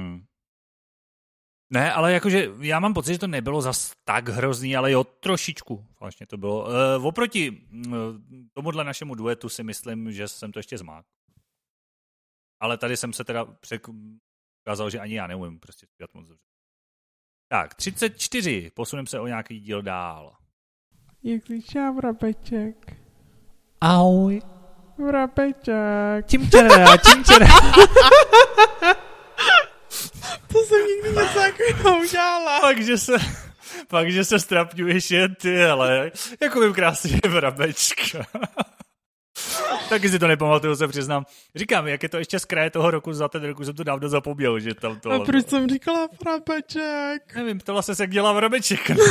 A: Ne, ale jakože já mám pocit, že to nebylo zas tak hrozný, ale jo, trošičku vlastně to bylo. Oproti tomuhle našemu duetu si myslím, že jsem to ještě zmák. Ale tady jsem se teda ukázal, že ani já neumím prostě zpívat moc dobře. Tak, 34. Posuneme se o nějaký díl dál.
B: Jak říká vrabeček.
C: Ahoj.
B: Vrabeček.
C: Čimčera.
B: To jsem nikdy něco takového udělala.
A: Pak, že se strapňuješ jen ty, ale jako vím krásně vrabečka. Taky si to nepamatuju, se přiznám. Říkám, jak je to ještě z kraje toho roku, za ten roku jsem to dávno zapomněl, že tam to...
B: A proč jsem říkala vrabeček?
A: Nevím, ptala se, jak dělá vrabeček. No.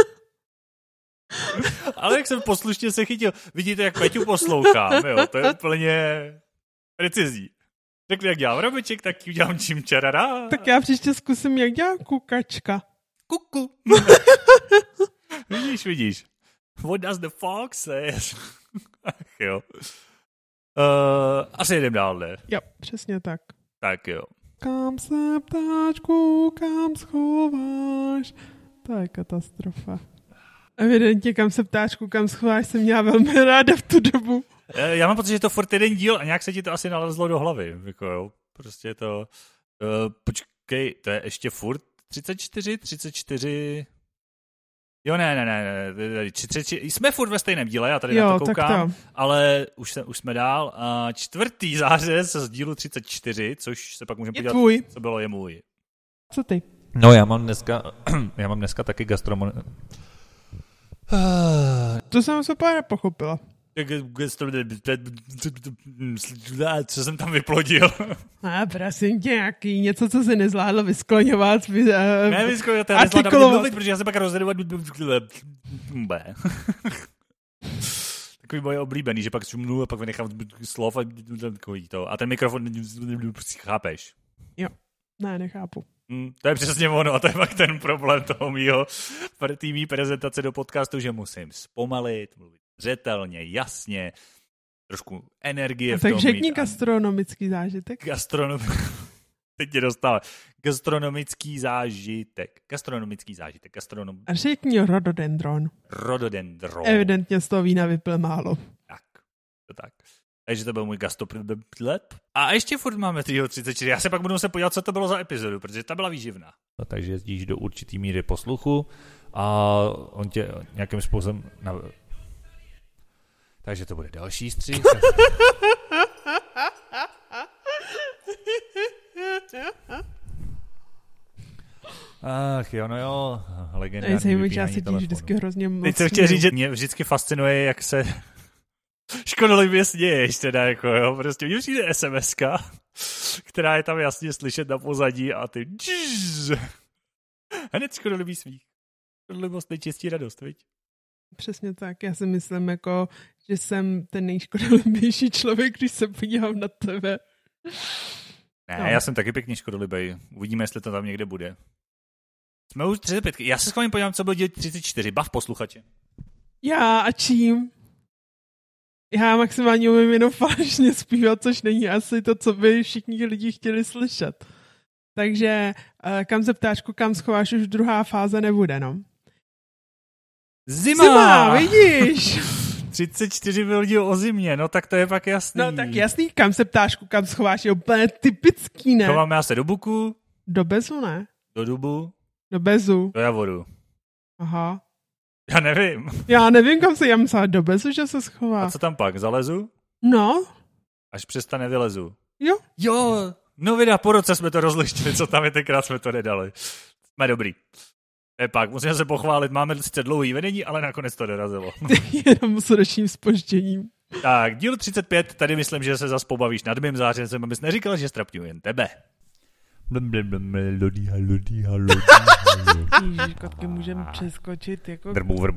A: Ale jak jsem poslušně se chytil, vidíte, jak Peťu poslouchám, jo, to je úplně precizní. Řekli, jak dělá vrabeček, tak udělám čimčarara.
B: Tak já příště zkusím, jak dělá kukačka.
A: Kuku. Vidíš. What does the fox say? Ach jo. Asi jdem dál, ne?
B: Jo, přesně tak.
A: Tak jo.
B: Kam se, ptáčku, kam schováš? To je katastrofa. Evidentně, kam se, ptáčku, kam schováš, jsem měla velmi ráda v tu dobu.
A: Já mám pocit, že je to furt jeden díl a nějak se ti to asi nalezlo do hlavy. Jako jo. Prostě to... počkej, to je ještě furt 34. Jo, ne. 34, jsme furt ve stejném díle, já tady na to koukám, ale už jsme dál. 4. zářez z dílu 34, což se pak můžeme podívat,
B: tvůj.
A: Co bylo, je můj.
B: Co ty?
C: No, já mám dneska taky
B: To jsem se úplně nepochopila.
A: Co jsem tam vyplodil?
B: Prosím tě, nějaký něco, co se nezvládlo vyskloňovat.
A: Ne, vyskloňovat, já nezvládám mluvit, protože já se pak rozhodovat. Takový moje oblíbený, že pak mluvu a pak vynechám slov a ten mikrofon chápeš.
B: Jo, ne, nechápu.
A: To je přesně ono a to je pak ten problém toho mýho prezentace do podcastu, že musím zpomalit, mluvit zřetelně, jasně, trošku energie v tom.
B: Tak řekni gastronomický zážitek.
A: Teď tě dostává. Gastronomický zážitek.
B: A řekni rododendron. Evidentně z toho vína vypil málo.
A: Tak. Takže to byl můj gastoplep. A ještě furt máme 34. Já se pak budu se podívat, co to bylo za epizodu, protože ta byla výživná.
C: No, takže jezdíš do určitý míry posluchu a on tě nějakým způsobem... Takže to bude další střih. Ach jo, no jo, legendární vypínání telefonu.
B: Vždycky hrozně moc.
A: Teď jsem chtěl říct, že mě vždycky fascinuje, jak se škodolibě sněješ, teda jako jo, prostě mě přijde SMS-ka, která je tam jasně slyšet na pozadí a ty hned škodolibý smích. Škodolibost nejčistší radost, viď?
B: Přesně tak, já si myslím, jako, že jsem ten nejškodolibější člověk, když se podívám na tebe.
A: Ne, já jsem taky pěkně škodolibej. Uvidíme, jestli to tam někde bude. Jsme už 35. Já se s vámi podívám, co byl díl 34. Bav posluchače.
B: Já a čím? Já maximálně umím jenom falešně zpívat, což není asi to, co by všichni lidi chtěli slyšet. Takže kam se, ptáčku, kam schováš, už druhá fáze nebude, no.
A: Zima,
B: vidíš?
A: 34 byl díl o zimě, no tak to je pak jasný.
B: No tak jasný, kam se, ptáčku, kam schováš, je úplně typický, ne?
A: Chováme já se do buku.
B: Do bezu, ne?
A: Do dubu.
B: Do bezu.
A: Do javoru.
B: Aha.
A: Já nevím.
B: Já nevím, kam se jamsá, do bezu, že se schová.
A: A co tam pak, zalezu?
B: No.
A: Až přestane vylezu.
B: Jo.
A: No vida, po roce jsme to rozlištili, co tam je, tenkrát jsme to nedali. Jsme dobrý. Pak, musíme se pochválit, máme sice dlouhý vedení, ale nakonec to dorazilo.
B: Jenom s ročním zpožděním.
A: Tak, díl 35, tady myslím, že se zas pobavíš nad mým zářezem, abys neříkal, že strapňuji jen tebe.
B: Ježiš, kotky, můžeme přeskočit jako...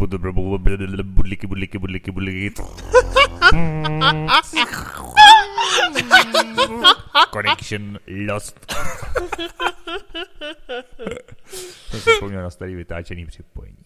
A: Budliky. Connection lost. Jsem si vzpomněl na starý vytáčený připojení.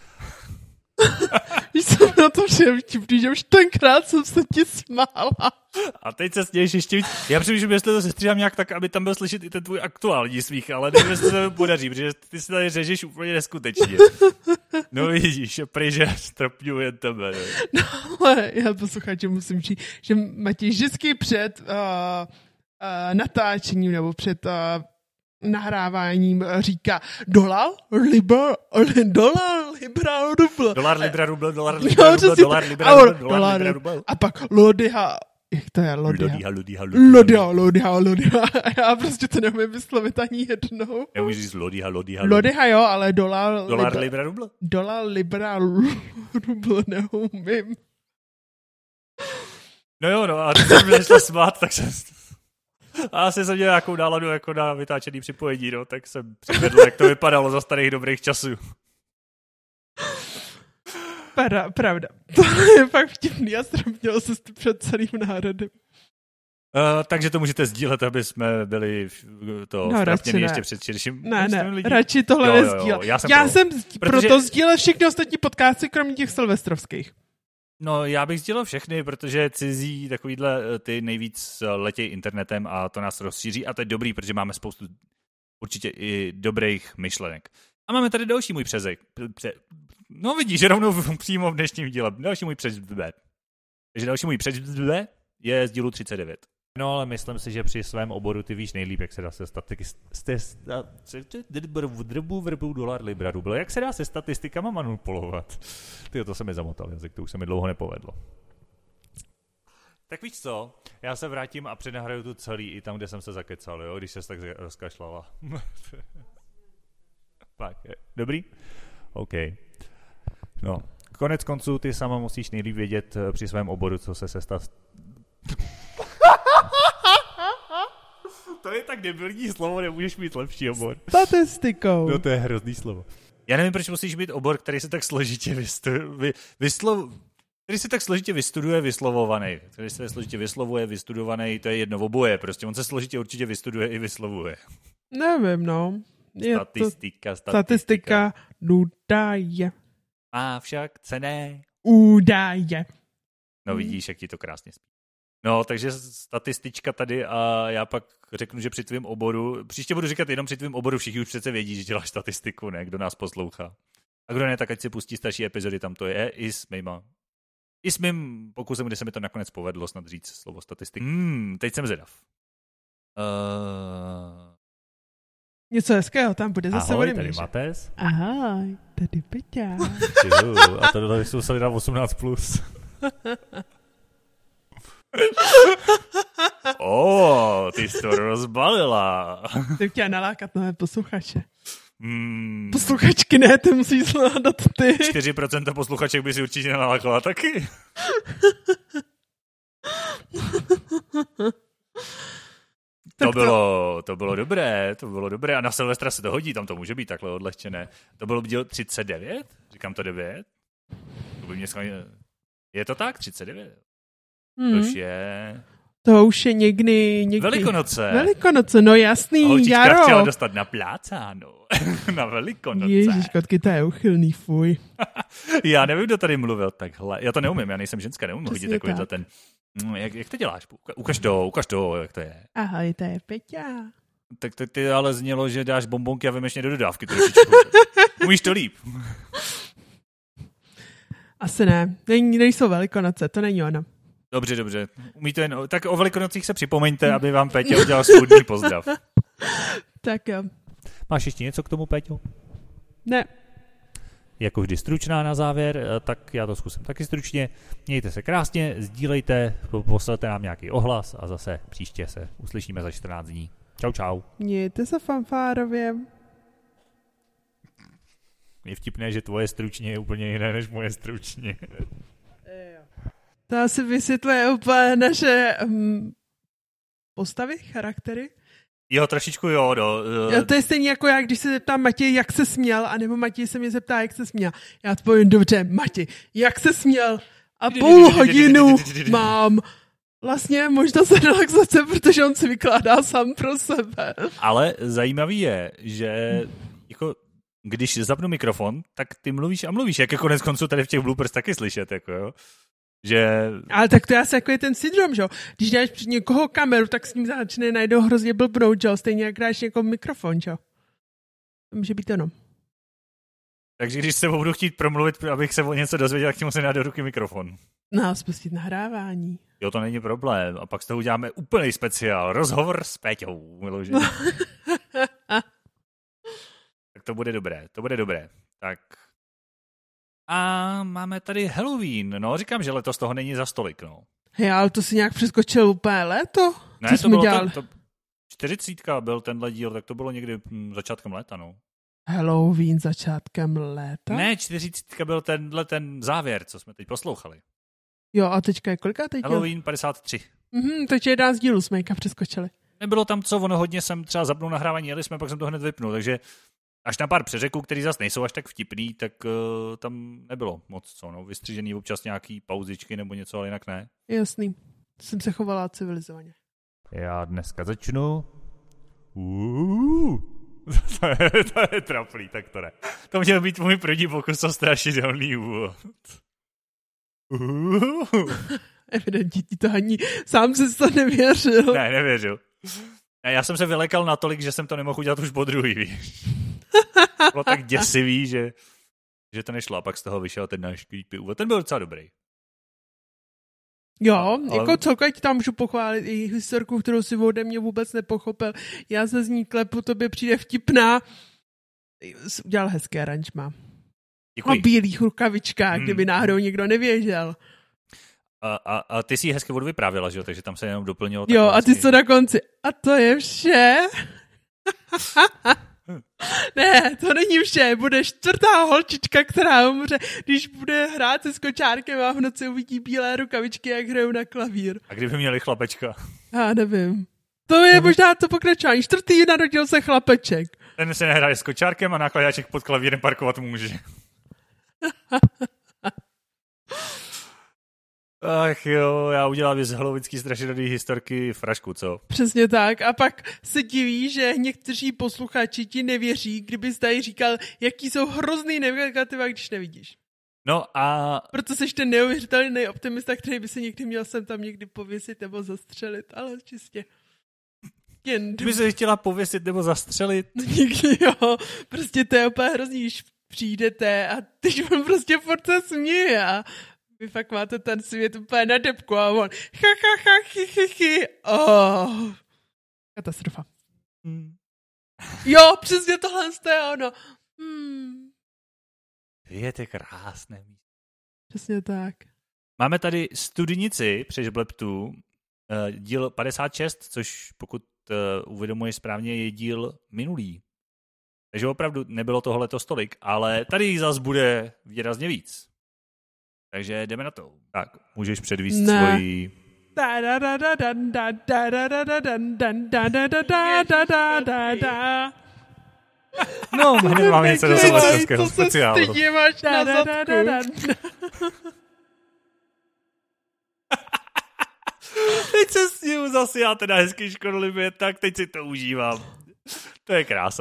B: Když jsem na to všem vtipný, že už tenkrát jsem se ti smála.
A: A teď se sněješ ještě víc. Já přemýšlím, jestli to sestříhám nějak tak, aby tam byl slyšet i ten tvůj aktuální smích, ale nevím, jestli se to podaří, protože ty se tady řežeš úplně neskutečně. No vidíš, pryč, že stropňuji jen tebe. Ne?
B: No, ale já posluchači musím říct, že Matěj vždycky před natáčením nebo před nahráváním říká dolar, libra, rubl.
A: Dolar, libra, rubl, dolar, libra, rubl, dolar, libra, rubl, dolar, libra, rubl.
B: A pak lodyha, jak to je lodyha? Lodyha. A já prostě to neumím vyslovit ani jednou.
A: Nemůžu říct lodyha.
B: Lodyha jo, ale dolar,
A: libra, rubl.
B: Dolar, libra, rubl neumím.
A: No jo, no a když jsem začal smát, tak jsem... A asi jsem měl nějakou náladu jako na vytáčený připojení, no, tak jsem přivedl, jak to vypadalo za starých dobrých časů.
B: Pravda. To je fakt vtipný a srovnilo se před celým národem.
A: Takže to můžete sdílet, aby jsme byli strapněni ještě před širším.
B: Ne, radši tohle nezdílet. Já jsem proto sdílel všechny ostatní podcasty, kromě těch silvestrovských.
A: No, já bych sdělil všechny, protože cizí takovýhle ty nejvíc letějí internetem a to nás rozšíří a to je dobrý, protože máme spoustu určitě i dobrých myšlenek. A máme tady další můj přezek. No vidíš, rovnou přímo v dnešním díle. Další můj přezek. Takže další můj přezek je z dílu 39.
C: No, ale myslím si, že při svém oboru ty víš nejlíp, jak se dá se dolar, libra, rubl. Jak se dá se statistikama manipulovat? Tyjo, to se mi zamotal jazyk, to už se mi dlouho nepovedlo. Tak víš co, já se vrátím a přenahraju tu celý i tam, kde jsem se zakecal, jo, když ses tak rozkašlala. Tak, dobrý? OK. No, konec konců ty sama musíš nejlíp vědět při svém oboru, co se To je tak debilní slovo, nemůžeš mít lepší obor.
B: Statistikou.
C: No to je hrozný slovo.
A: Já nevím, proč musíš mít obor, který se tak složitě který se tak složitě vystuduje, vyslovovaný. Který se složitě vyslovuje, vystudovaný, to je jedno oboje. Prostě on se složitě určitě vystuduje i vyslovuje.
B: Nevím, no.
A: Statistika.
B: Údaje.
A: Má však cenné
B: údaje.
A: No vidíš, jak ti to krásně spí. No, takže statistička tady a já pak řeknu, že při tvém oboru, příště budu říkat jenom při tvém oboru, všichni už přece vědí, že děláš statistiku, ne? Kdo nás poslouchá. A kdo ne, tak ať si pustí starší epizody, tam to je i s mým pokusem, kde se mi to nakonec povedlo snad říct slovo statistik. Teď jsem zvědav.
B: Něco hezkého, tam bude zase
C: Ahoj, tady Mates.
B: Ahoj, tady Peťa.
C: A tohle jsou se na 18+.
A: Ty jsi to rozbalila.
B: Ty chtěla nalákat nové posluchače. Posluchačky ne, ty musíš zvládat ty.
A: 4% posluchaček by si určitě nalákala taky. To bylo dobré a na Silvestra se to hodí, tam to může být takhle odlehčené. To bylo díl 39? Říkám to 9? To by mě je to tak? 39?
B: To už je někdy... Velikonoce, no jasný,
A: holčička
B: jaro.
A: Chtěla dostat na plácáno. Na Velikonoce.
B: Ježiš, kotky, to je uchylný, fuj.
A: Já nevím, kdo tady mluvil takhle. Já to neumím, já nejsem ženská, neumím hodit takový za ten... Jak to děláš? Ukaž to, jak to je.
B: Ahoj, to je Peťa.
A: Tak ty ale znělo, že dáš bombonky a vymeš mě do dodávky trošičku. Umíš to líp.
B: Asi ne. Nejsou Velikonoce, to není ono.
A: Dobře. Umíte jen... Tak o Velikonocích se připomeňte, aby vám Pétě udělal svůdný pozdrav.
B: Tak jo.
C: Máš ještě něco k tomu, Péťo?
B: Ne.
C: Jako vždy stručná na závěr, tak já to zkusím taky stručně. Mějte se krásně, sdílejte, poslete nám nějaký ohlas a zase příště se uslyšíme za 14 dní. Čau.
B: Mějte se fanfárově.
C: Je vtipné, že tvoje stručně je úplně jiné než moje stručně.
B: To asi vysvětluje úplně naše postavy, charaktery.
A: Jo, trošičku jo.
B: Jo, to je stejně jako já, když se zeptám Matěj, jak se směl, anebo Matěj se mě zeptá, jak se směl. Já odpovím, dobře, Matěj, jak se směl? A půl hodinu mám vlastně možnost relaxace, protože on si vykládá sám pro sebe.
A: Ale zajímavý je, že jako když zapnu mikrofon, tak ty mluvíš a mluvíš, jak je konec konců tady v těch bloopers taky slyšet, jako jo. že...
B: Ale tak to je asi jako je ten syndrom, že jo? Když dáš před někoho kameru, tak s ním začne najednou hrozně blbnout, že jo? Stejně jak dáš někoho mikrofon, že jo? To může být ono.
A: Takže když se budu chtít promluvit, abych se o něco dozvěděl, tak ti musím dát do ruky mikrofon.
B: No, spustit nahrávání.
A: Jo, to není problém. A pak z toho uděláme úplný speciál. Rozhovor s Péťou. Tak to bude dobré. Tak. A máme tady Halloween. No, říkám, že letos toho není za stolik, no.
B: Hej, ale to si nějak přeskočil úplně léto?
A: Ne, to bylo 40 byl tenhle díl, tak to bylo někdy začátkem léta, no.
B: Halloween začátkem léta?
A: Ne, 40 byl ten závěr, co jsme teď poslouchali.
B: Jo, a teďka je kolika teď?
A: Halloween 53.
B: Takže 11 dílů jsme přeskočili.
A: Nebylo tam co, ono hodně jsem třeba zapnul nahrávání, jeli jsme, pak jsem to hned vypnul, takže až na pár přeřeků, který zase nejsou až tak vtipný, tak tam nebylo moc co, no, vystřižený občas nějaký pauzičky nebo něco, ale jinak ne.
B: Jasný, jsem se chovala civilizovaně.
C: Já dneska začnu.
A: To je trapný, tak to ne. To měl být můj první pokus o strašidelný úvod.
B: Evidentně ti to ani sám si to nevěřil.
A: Ne, nevěřil. Já jsem se vylekal natolik, že jsem to nemohl udělat už po druhý, víš. Bylo tak děsivý, že to nešlo. A pak z toho vyšel ten náš creepy úvod. Ten byl docela dobrý.
B: Jo, ale... jako celkově ti tam můžu pochválit i historku, kterou si ode mě vůbec nepochopil. Já se z ní klepu, tobě přijde vtipná. Udělal hezké aranžma.
A: Děkuji.
B: O bílých rukavičkách, kdyby náhodou někdo nevěděl.
A: A ty si ji hezky odvyprávěla, že jo? Takže tam se jenom doplnilo.
B: Jo, a ty co na konci. A to je vše? Ne, to není vše. Bude 4. holčička, která umře, když bude hrát se skočárkem a v noci uvidí bílé rukavičky, jak hrajou na klavír.
A: A kdyby měli chlapečka?
B: Já nevím. To je možná to pokračování. 4. narodil se chlapeček.
A: Ten se nehraje s kočárkem a nákladáček pod klavírem parkovat může. Ach jo, já udělám z halloweensky strašidelný historky frašku, co?
B: Přesně tak. A pak se diví, že někteří posluchači ti nevěří, kdybys tady říkal, jaký jsou hrozný negativa, když nevidíš.
A: No a...
B: Proto jsi ten neuvěřitelný optimista, který by se někdy měl sem tam někdy pověsit nebo zastřelit, ale čistě.
A: By se chtěla pověsit nebo zastřelit?
B: Nikdy jo, prostě to je úplně hrozný, když přijdete a teď on prostě furt se směje a vy fakt máte ten svět úplně na debku a on Katastrofa. Jo, přesně tohle je ono.
A: Je krásné.
B: Přesně tak.
A: Máme tady Studnici při Žbleptu, díl 56, což pokud uvědomuješ správně, je díl minulý. Takže opravdu nebylo tohleto stolik, ale tady zas bude výrazně víc. Takže jdeme na to. Tak, můžeš předvíst svoji... No, hned máme něco do silvestrského speciálu.
B: To se stydím až na zadku.
A: Teď se s ním zase já teda hezky škodlivě, tak teď si to užívám. To je krása.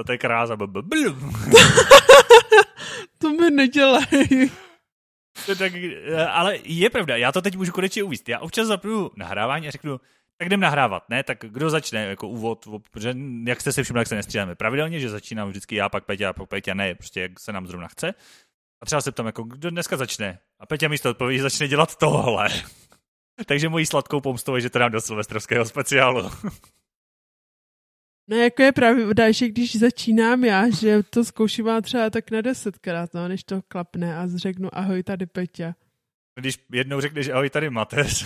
B: To mi nedělej.
A: Tak, ale je pravda, já to teď můžu konečně uvíct. Já občas zapnu nahrávání a řeknu, tak jdem nahrávat, ne? Tak kdo začne jako úvod, protože jak jste si všimli, jak se nestřídáme pravidelně, že začínám vždycky já, pak Peťa, ne, prostě jak se nám zrovna chce. A třeba se ptám, jako, kdo dneska začne? A Peťa místo odpovědi začne dělat tohle. Takže mojí sladkou pomstou je, že to dám do silvestrovského speciálu.
B: No jako je pravda, že když začínám já, že to zkouším třeba tak na 10krát, no, než to klapne a řeknu ahoj tady Peťa.
A: Když jednou řekneš ahoj tady Mateř,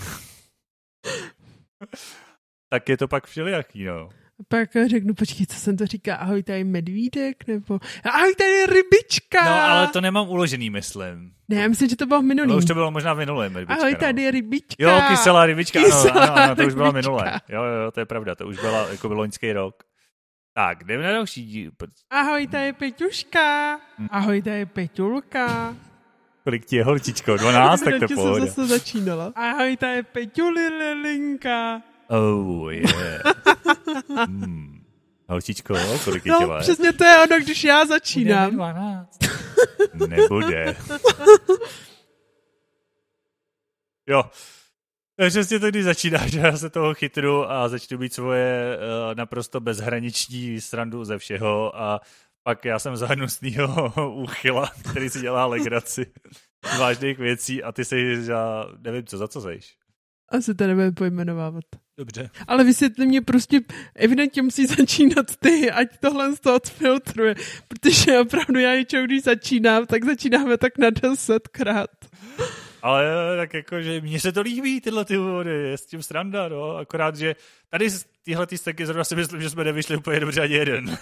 A: tak je to pak všelijaký, no.
B: A pak řeknu, počkej, co jsem to říká, ahoj tady medvídek, nebo ahoj tady rybička.
A: No, ale to nemám uložený, myslím.
B: Ne, já myslím, že to bylo minulý.
A: No, už to bylo možná minulé, rybička.
B: Ahoj tady rybička.
A: Jo, kyselá rybička, ano, to už byla
B: rybička.
A: minulé. Jo, to je pravda, to už byla, jako byl loňský rok. Tak, jdeme na další díl.
B: Ahoj tady Peťuška. Ahoj tady Peťulka.
A: Kolik ti je, holčičko? 12, tak to pohodě.
B: jsem zase začínala. Ahoj tady Peťulilinka.
A: Oh, yeah. Holčičko, kolik je
B: No,
A: těle?
B: přesně to je ono, když já začínám.
A: 12. Nebude. Jo. To je přesně to, když začínáš, že já se toho chytru a začnu být svoje naprosto bezhraniční srandu ze všeho a pak já jsem za hnusnýho úchyla, který si dělá legraci z vážných věcí a ty seš, já nevím, za co seš.
B: Asi to nebudeme pojmenovávat.
A: Dobře.
B: Ale vysvětli mě prostě, evidentně musí začínat ty, ať tohle z toho odfiltruje, protože opravdu já něčeho, když začínám, tak začínáme tak na 10krát.
A: Ale tak jako, že mně se to líbí, tyhle ty úvody, je s tím sranda, no, akorát, že tady tyhle ty steky zrovna si myslím, že jsme nevyšli úplně dobře ani jeden.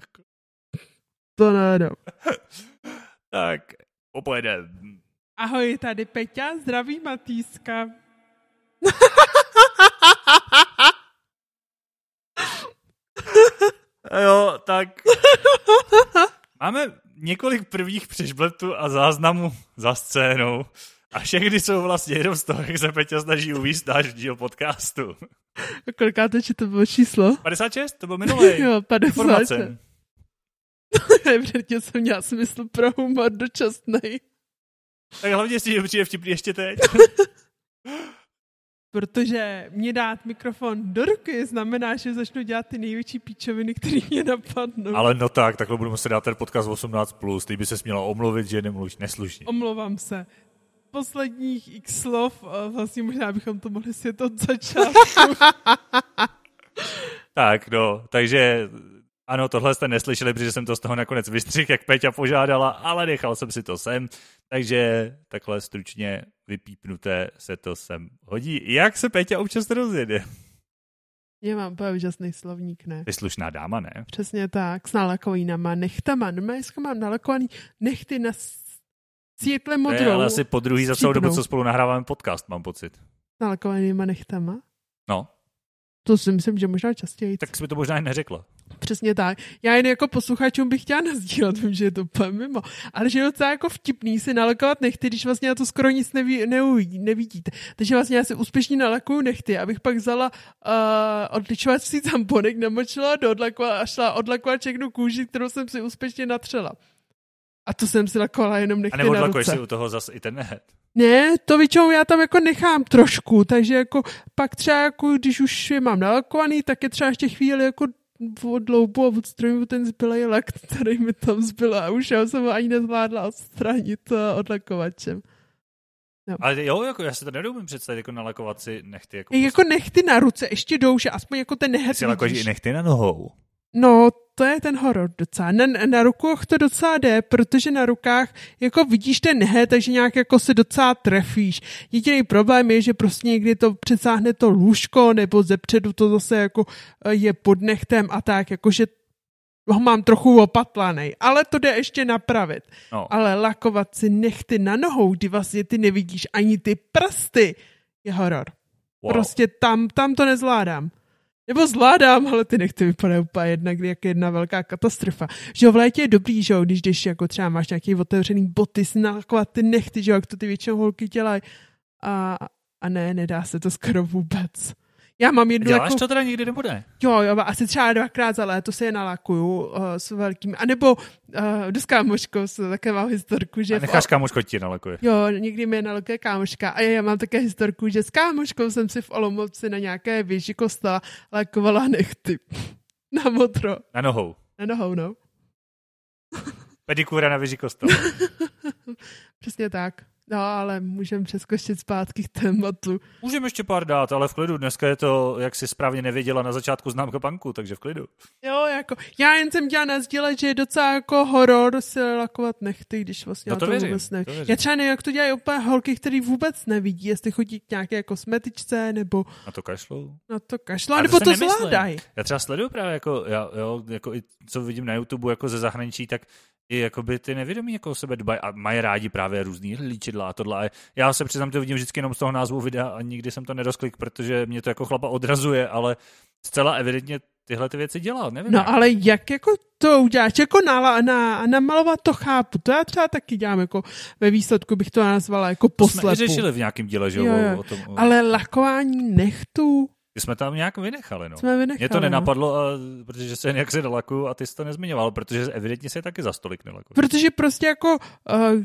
B: To ne, no.
A: Tak, popojedem.
B: Ahoj, tady Peťa, zdraví Matýska.
A: Jo, tak máme několik prvních přešbletů a záznamů za scénou a všechny jsou vlastně jenom z toho, jak se Peťa snaží uvíct náš díl podcastu.
B: A kolikáte, že to bylo číslo?
A: 56, to byl minulý.
B: Jo, 50.
A: Informace.
B: Protože jsem měla smysl pro humor dočasnej.
A: Tak hlavně si přijde vtipný ještě teď.
B: Protože mě dát mikrofon do ruky znamená, že začnu dělat ty největší píčoviny, které mě napadnou.
A: Ale no tak, takhle budu muset dát ten podcast 18+, teď by se směla omluvit, že nemluvíš neslušně.
B: Omlouvám se. Posledních x slov, vlastně možná bychom to mohli svět od začátku.
A: Tak, no, takže ano, tohle jste neslyšeli, protože jsem to z toho nakonec vystřihl, jak Peťa požádala, ale nechal jsem si to sem, takže takhle stručně vypípnuté se to sem hodí. Jak se Peťa občas rozjede?
B: Já mám úplně úžasný slovník, ne?
A: Ty slušná dáma, ne?
B: Přesně tak, s nalakovýnama nechtama. No, dneska mám nalakovaný nechty na světle modrou.
A: To je ale asi po druhý za celou dobu, co spolu nahráváme podcast, mám pocit.
B: Nalakovanýma nechtama?
A: No.
B: To si myslím, že možná častěji.
A: Tak jsi mi to možná i neřekla.
B: Přesně tak. Já jen jako posluchačům bych chtěla nazdílet, vím, že je to úplně mimo, ale že je docela jako vtipný si nalakovat nechty, když vlastně na to skoro nic nevidíte. Takže vlastně já si úspěšně nalakuju nechty, abych pak vzala odličovací tamponek, namočila do odlakovala a šla odlakovat všechnu kůži, kterou jsem si úspěšně natřela. A to jsem si lakovala jenom nechty na ruce. A nebo odlakuješ
A: si u toho zase i ten nehet?
B: Ne, to většinou já tam jako nechám trošku, takže jako pak třeba jako, když už je mám nalakovaný, tak je třeba ještě chvíli jako odloupu a odstrojím ten zbylej lak, který mi tam zbyl a už já jsem ho ani nezvládla odstranit odlakovačem.
A: No. Ale jo, jako já si to nedoumím představit, jako nalakovat si nechty.
B: Jako nechty na ruce, ještě jdou, že aspoň jako ten nehet
A: si lakuješ i nechty na nohou.
B: No, to je ten horor docela. Na rukách to docela jde, protože na rukách jako vidíš ten nehet, takže nějak jako se docela trefíš. Jediný problém je, že prostě někdy to přesáhne to lůžko, nebo zepředu to zase jako je pod nechtem a tak, jakože ho mám trochu opatlanej, ale to jde ještě napravit. No. Ale lakovat si nechty na nohou, kdy vlastně ty nevidíš ani ty prsty, je horor. Wow. Prostě tam to nezvládám. Nebo zvládám, ale ty nechty vypadají úplně jak jedna velká katastrofa. Že jo, v létě je dobrý, že jo, když jako třeba máš nějaký otevřený boty, si nalakovat ty nechty, že jo, jak to ty většinou holky dělají. A ne, nedá se to skoro vůbec. Já mám jednu
A: děláš to teda nikdy nebo ne?
B: Jo, asi třeba 2krát za léto se je nalakuju s velkými. A nebo s kámoškou také mám historku, že...
A: A necháš kámoško ti nalakuje?
B: Jo, někdy mi je nalakuje kámoška. A já mám také historku, že s kámoškou jsem si v Olomouci na nějaké věži kostela lakovala nechty. Na modro.
A: Na nohou?
B: Na nohou, no.
A: Pedikura na věži kostela.
B: Přesně tak. No, ale můžeme přeskočit zpátky k tématu.
A: Můžeme ještě pár dát, ale v klidu. Dneska je to, jak jsi správně nevěděla, na začátku známka punku, takže v klidu.
B: Jo, jako, já jen jsem chtěla nasdělat, že je docela jako horor se lakovat nechty, když vlastně
A: no to
B: věřím, vůbec neví. Já třeba nevím, jak to dělají úplně holky, který vůbec nevidí, jestli chodí k nějaké kosmetičce, nebo...
A: Na to kašlou?
B: Na to kašlou, nebo to zvládají.
A: Já třeba sleduju právě jako i co vidím na YouTube jako ze zahraničí, tak i jakoby ty nevědomí jako o sebe dbají a mají rádi právě různý líčidla a tohle. A já se přiznám, to vidím vždycky jenom z toho názvu videa a nikdy jsem to nedosklik, protože mě to jako chlapa odrazuje, ale zcela evidentně tyhle ty věci dělá, nevím.
B: No jak. Ale jak jako to uděláš, jako namalovat to chápu, to já třeba taky dělám, jako ve výsledku bych to nazvala jako poslepu. To jsme
A: řešili v nějakém díle, že jo. O tom,
B: ale lakování nechtů.
A: Ty jsme tam nějak vynechali, no.
B: Mě
A: to nenapadlo, protože se nějak se nalakuju a ty jsi to nezmiňoval, protože evidentně se taky za stolik nalakuje.
B: Protože prostě jako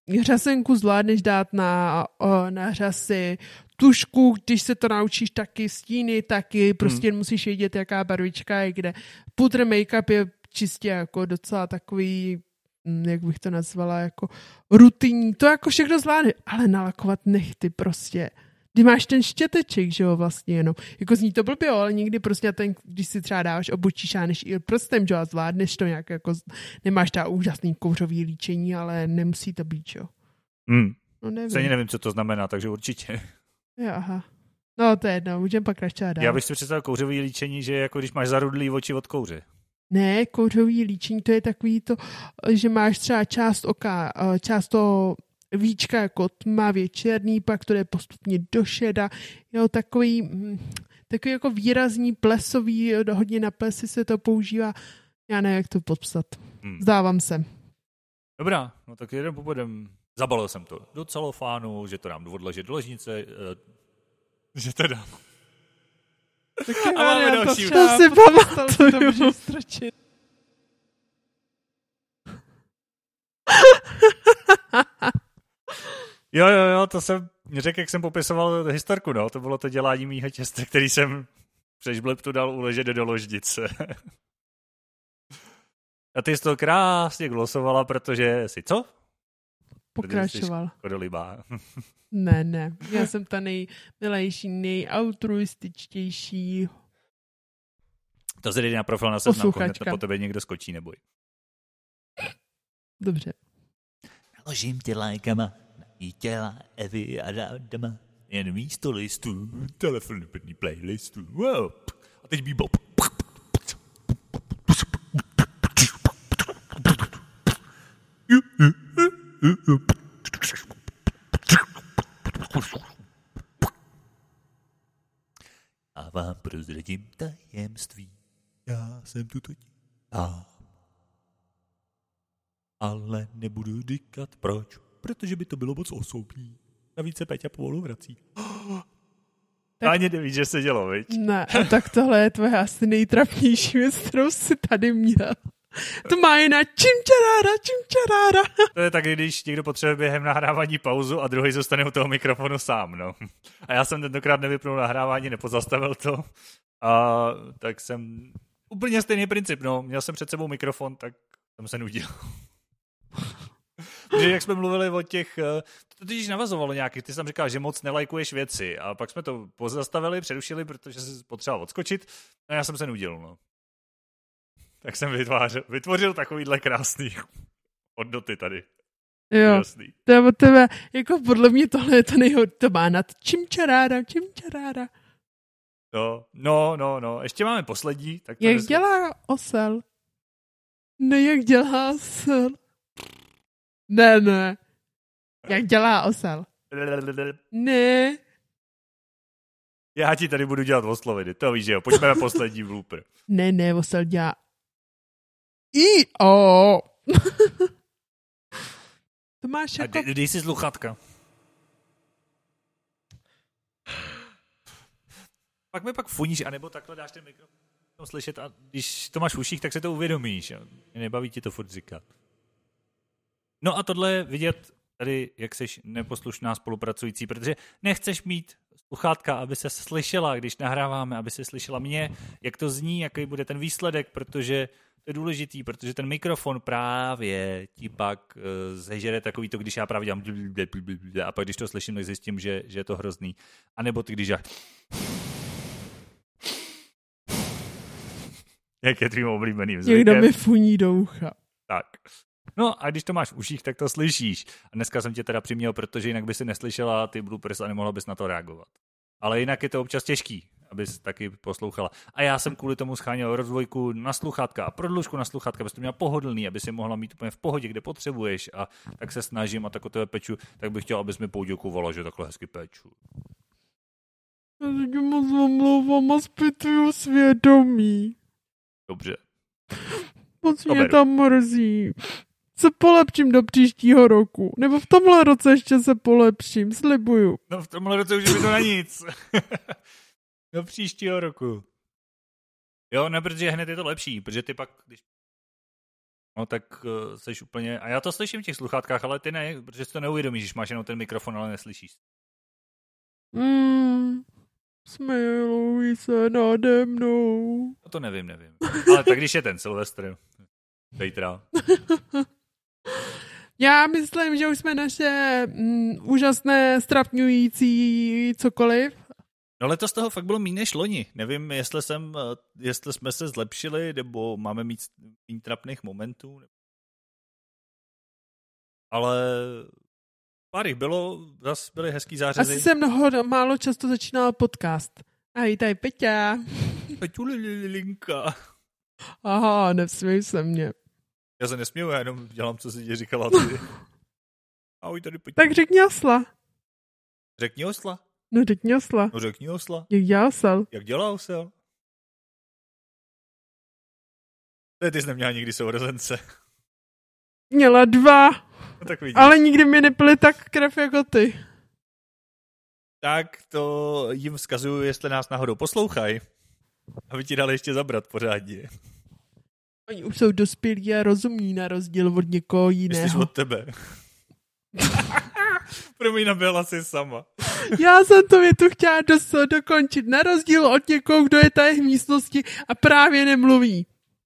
B: řasenku zvládneš dát na řasy, tušku, když se to naučíš taky, stíny taky, prostě musíš vědět, jaká barvička je kde. Pudr make-up je čistě jako docela takový, jak bych to nazvala, jako rutinní, to jako všechno zvládne, ale nalakovat nechty prostě. Ty máš ten štěteček, že jo, vlastně jenom. Jako zní to blbě, ale někdy prostě ten, když si třeba dáváš obočí, šáneš i prstem, že jo, a zvládneš to nějak jako, nemáš ta úžasný kouřový líčení, ale nemusí to být, jo.
A: No nevím. Stejně nevím, co to znamená, takže určitě.
B: Jo, aha. No to je jedno, můžeme pokračovat dál.
A: Já bych si představil kouřový líčení, že jako když máš zarudlý oči od kouře.
B: Ne, kouřový líčení, to je takový to, že máš třeba část oka, část toho víčka jako tmavě černý, pak to jde postupně do šeda. Jo, takový jako výrazný plesový, hodně na plesy se to používá. Já nevím, jak to popsat. Zdávám se.
A: Dobrá, no tak jeden popodem. Zabalil jsem to do celofánu, že to dám odložit do ložnice, že to dám.
B: Taky
A: a máme další.
B: To si pamatuju.
A: Jo, to jsem řekl, jak jsem popisoval historku, no. To bylo to dělání mýho těsta, který jsem přes bleptu dal uležet do ložnice. A ty jsi to krásně glosovala, protože jsi co?
B: Pokračoval.
A: Škodolibá.
B: Ne. Já jsem ta nejmilejší, nejaltruističtější.
A: To se jde na profil na Seznamu, hned po tebe někdo skočí, neboj.
B: Dobře.
C: Naložím tě lajkama na těla Evy a Adama.
A: Jen místo listů, telefon plný playlistů. Wow. A teď bebop.
C: A vám prozradím tajemství. Já jsem tu totiž sám. Ale nebudu říkat proč, protože by to bylo moc osobní. Navíc se Peťa pomalu vrací.
B: Tak...
A: Ani nevíš, že se dělo, viď?
B: Ne, tak tohle je tvoje asi nejtrapnější věc, kterou jsi tady měl. To má jen na čimčarára.
A: To je tak, když někdo potřebuje během nahrávání pauzu a druhý zůstane u toho mikrofonu sám, no. A já jsem tentokrát nevypnul nahrávání, nepozastavil to. A tak jsem... Úplně stejný princip, no. Měl jsem před sebou mikrofon, tak jsem se nudil. Protože jak jsme mluvili o těch... To totiž navazovalo nějakých, ty jsi tam říkal, že moc nelajkuješ věci. A pak jsme to pozastavili, přerušili, protože jsi potřeboval odskočit. A já jsem se nudil, no. Tak jsem vytvořil takovýhle krásný hodnoty tady.
B: Jo, jasný. To je od tebe, jako podle mě tohle je to nejhorší, to má nad čimčarára.
A: No, ještě máme poslední. Tak to
B: jak dělá osel? Ne, jak dělá osel? Ne. Jak dělá osel? Ne.
A: Já ti tady budu dělat oslovy, to víš, že jo. Pojďme na poslední blooper.
B: Ne, osel dělá I-O. To máš jako...
A: A dej si sluchátka. Pak mi funíš, anebo takhle dáš ten mikrofon slyšet a když to máš v uších, tak se to uvědomíš. Nebaví ti to furt říkat. No a tohle je vidět tady, jak jsi neposlušná spolupracující, protože nechceš mít sluchátka, aby se slyšela, když nahráváme, aby se slyšela mě, jak to zní, jaký bude ten výsledek, protože to je důležitý, protože ten mikrofon právě ti pak zežere takový to, když já právě dělám a pak když to slyším, tak zjistím, že je to hrozný. A nebo ty, když já... Jak je tvým oblíbeným zvykem.
B: Někdo mi funí do ucha.
A: Tak. No a když to máš v uších, tak to slyšíš. A dneska jsem tě teda přiměl, protože jinak by si neslyšela ty bloopers a nemohla bys na to reagovat. Ale jinak je to občas těžký, abys taky poslouchala. A já jsem kvůli tomu scháněl rozdvojku na sluchátka a prodlužku na sluchátka, aby to měla pohodlný, aby si mohla mít úplně v pohodě, kde potřebuješ. A tak se snažím a tak o tebe peču, tak bych chtěl, abys mi pouděkovala, že takhle hezky peču.
B: Já se tě moc omlouvám a zpytuju svědomí.
A: Dobře.
B: Moc mě tam mrzí. Se polepším do příštího roku. Nebo v tomhle roce ještě se polepším, slibuju.
A: No v tomhle roce už by to na nic. Do příštího roku. Jo, ne, protože hned je to lepší, protože ty pak, když No tak seš úplně... A já to slyším v těch sluchátkách, ale ty ne, protože si to neuvědomíš, že máš jenom ten mikrofon, ale neslyšíš.
B: Smiluj se nade mnou.
A: No to nevím. Ale tak když je ten Silvestr, zítra.
B: Já myslím, že už jsme naše úžasné, strapňující cokoliv.
A: No letos toho fakt bylo méně než loni. Nevím, jestli jsme se zlepšili, nebo máme mít trapných momentů. Ale pár jich bylo, zase byly hezký zářezy.
B: Asi jsem málo často začínal podcast. A tady Peťa.
A: Peťulilinka.
B: Aha, nesměj se mě.
A: Já se nesměju, já jenom dělám, co si tě říkala ty. Ahoj, tady Peťa.
B: Tak řekni osla.
A: Řekni osla.
B: No řekni osla.
A: No řekni osla.
B: Jak dělá osel?
A: Jak dělá osel? Ty jsi neměla nikdy sourozence.
B: Měla 2.
A: No, tak vidíš.
B: Ale nikdy mi nepili tak krev jako ty.
A: Tak to jim vzkazuju, jestli nás náhodou poslouchají. Aby ti dali ještě zabrat pořádně.
B: Oni už jsou dospělí a rozumní na rozdíl od někoho jiného.
A: Myslíš od tebe. Promiň, nabyla jsi sama.
B: Já jsem to větu chtěla dokončit. Na rozdíl od někoho, kdo je tady v místnosti a právě nemluví.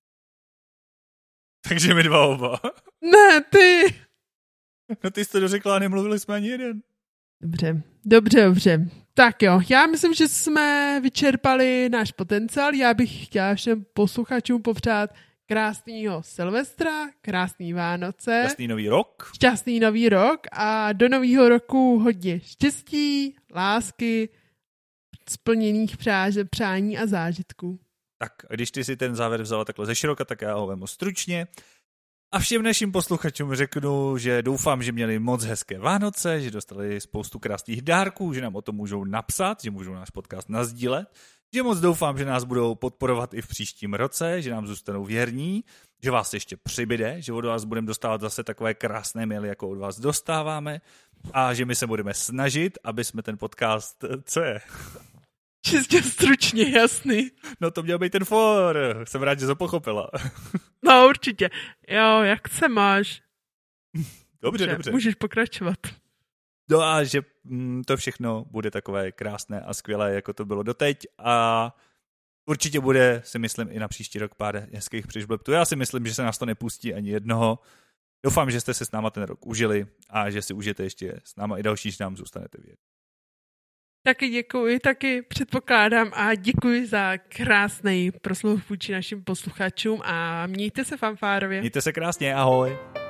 A: Takže my 2 oba.
B: Ne, ty.
A: No ty jsi to dořekla a nemluvili jsme ani jeden.
B: Dobře. Tak jo, já myslím, že jsme vyčerpali náš potenciál. Já bych chtěla všem posluchačům popřát krásného Silvestra, krásný Vánoce. Šťastný nový rok a do nového roku hodně štěstí, lásky, splněných přání a zážitků.
A: Tak a když ty si ten závěr vzala takhle ze široka, tak já ho vemu stručně. A všem našim posluchačům řeknu, že doufám, že měli moc hezké Vánoce, že dostali spoustu krásných dárků, že nám o tom můžou napsat, že můžou náš podcast nasdílet, že moc doufám, že nás budou podporovat i v příštím roce, že nám zůstanou věrní, že vás ještě přibyde, že od vás budeme dostávat zase takové krásné maily, jako od vás dostáváme a že my se budeme snažit, aby jsme ten podcast... Co je?
B: Čistě stručně, jasný.
A: No to měl být ten for. Jsem rád, že to pochopila.
B: No určitě. Jo, jak se máš?
A: Dobře.
B: Můžeš pokračovat.
A: No a že to všechno bude takové krásné a skvělé, jako to bylo doteď a určitě bude, si myslím, i na příští rok pár hezkých přižbleptů. Já si myslím, že se nás to nepustí ani jednoho. Doufám, že jste se s náma ten rok užili a že si užijete ještě s náma i další, že nám zůstanete vědět.
B: Taky děkuji, taky předpokládám a děkuji za krásný proslov vůči našim posluchačům a mějte se fanfárově.
A: Mějte se krásně, ahoj.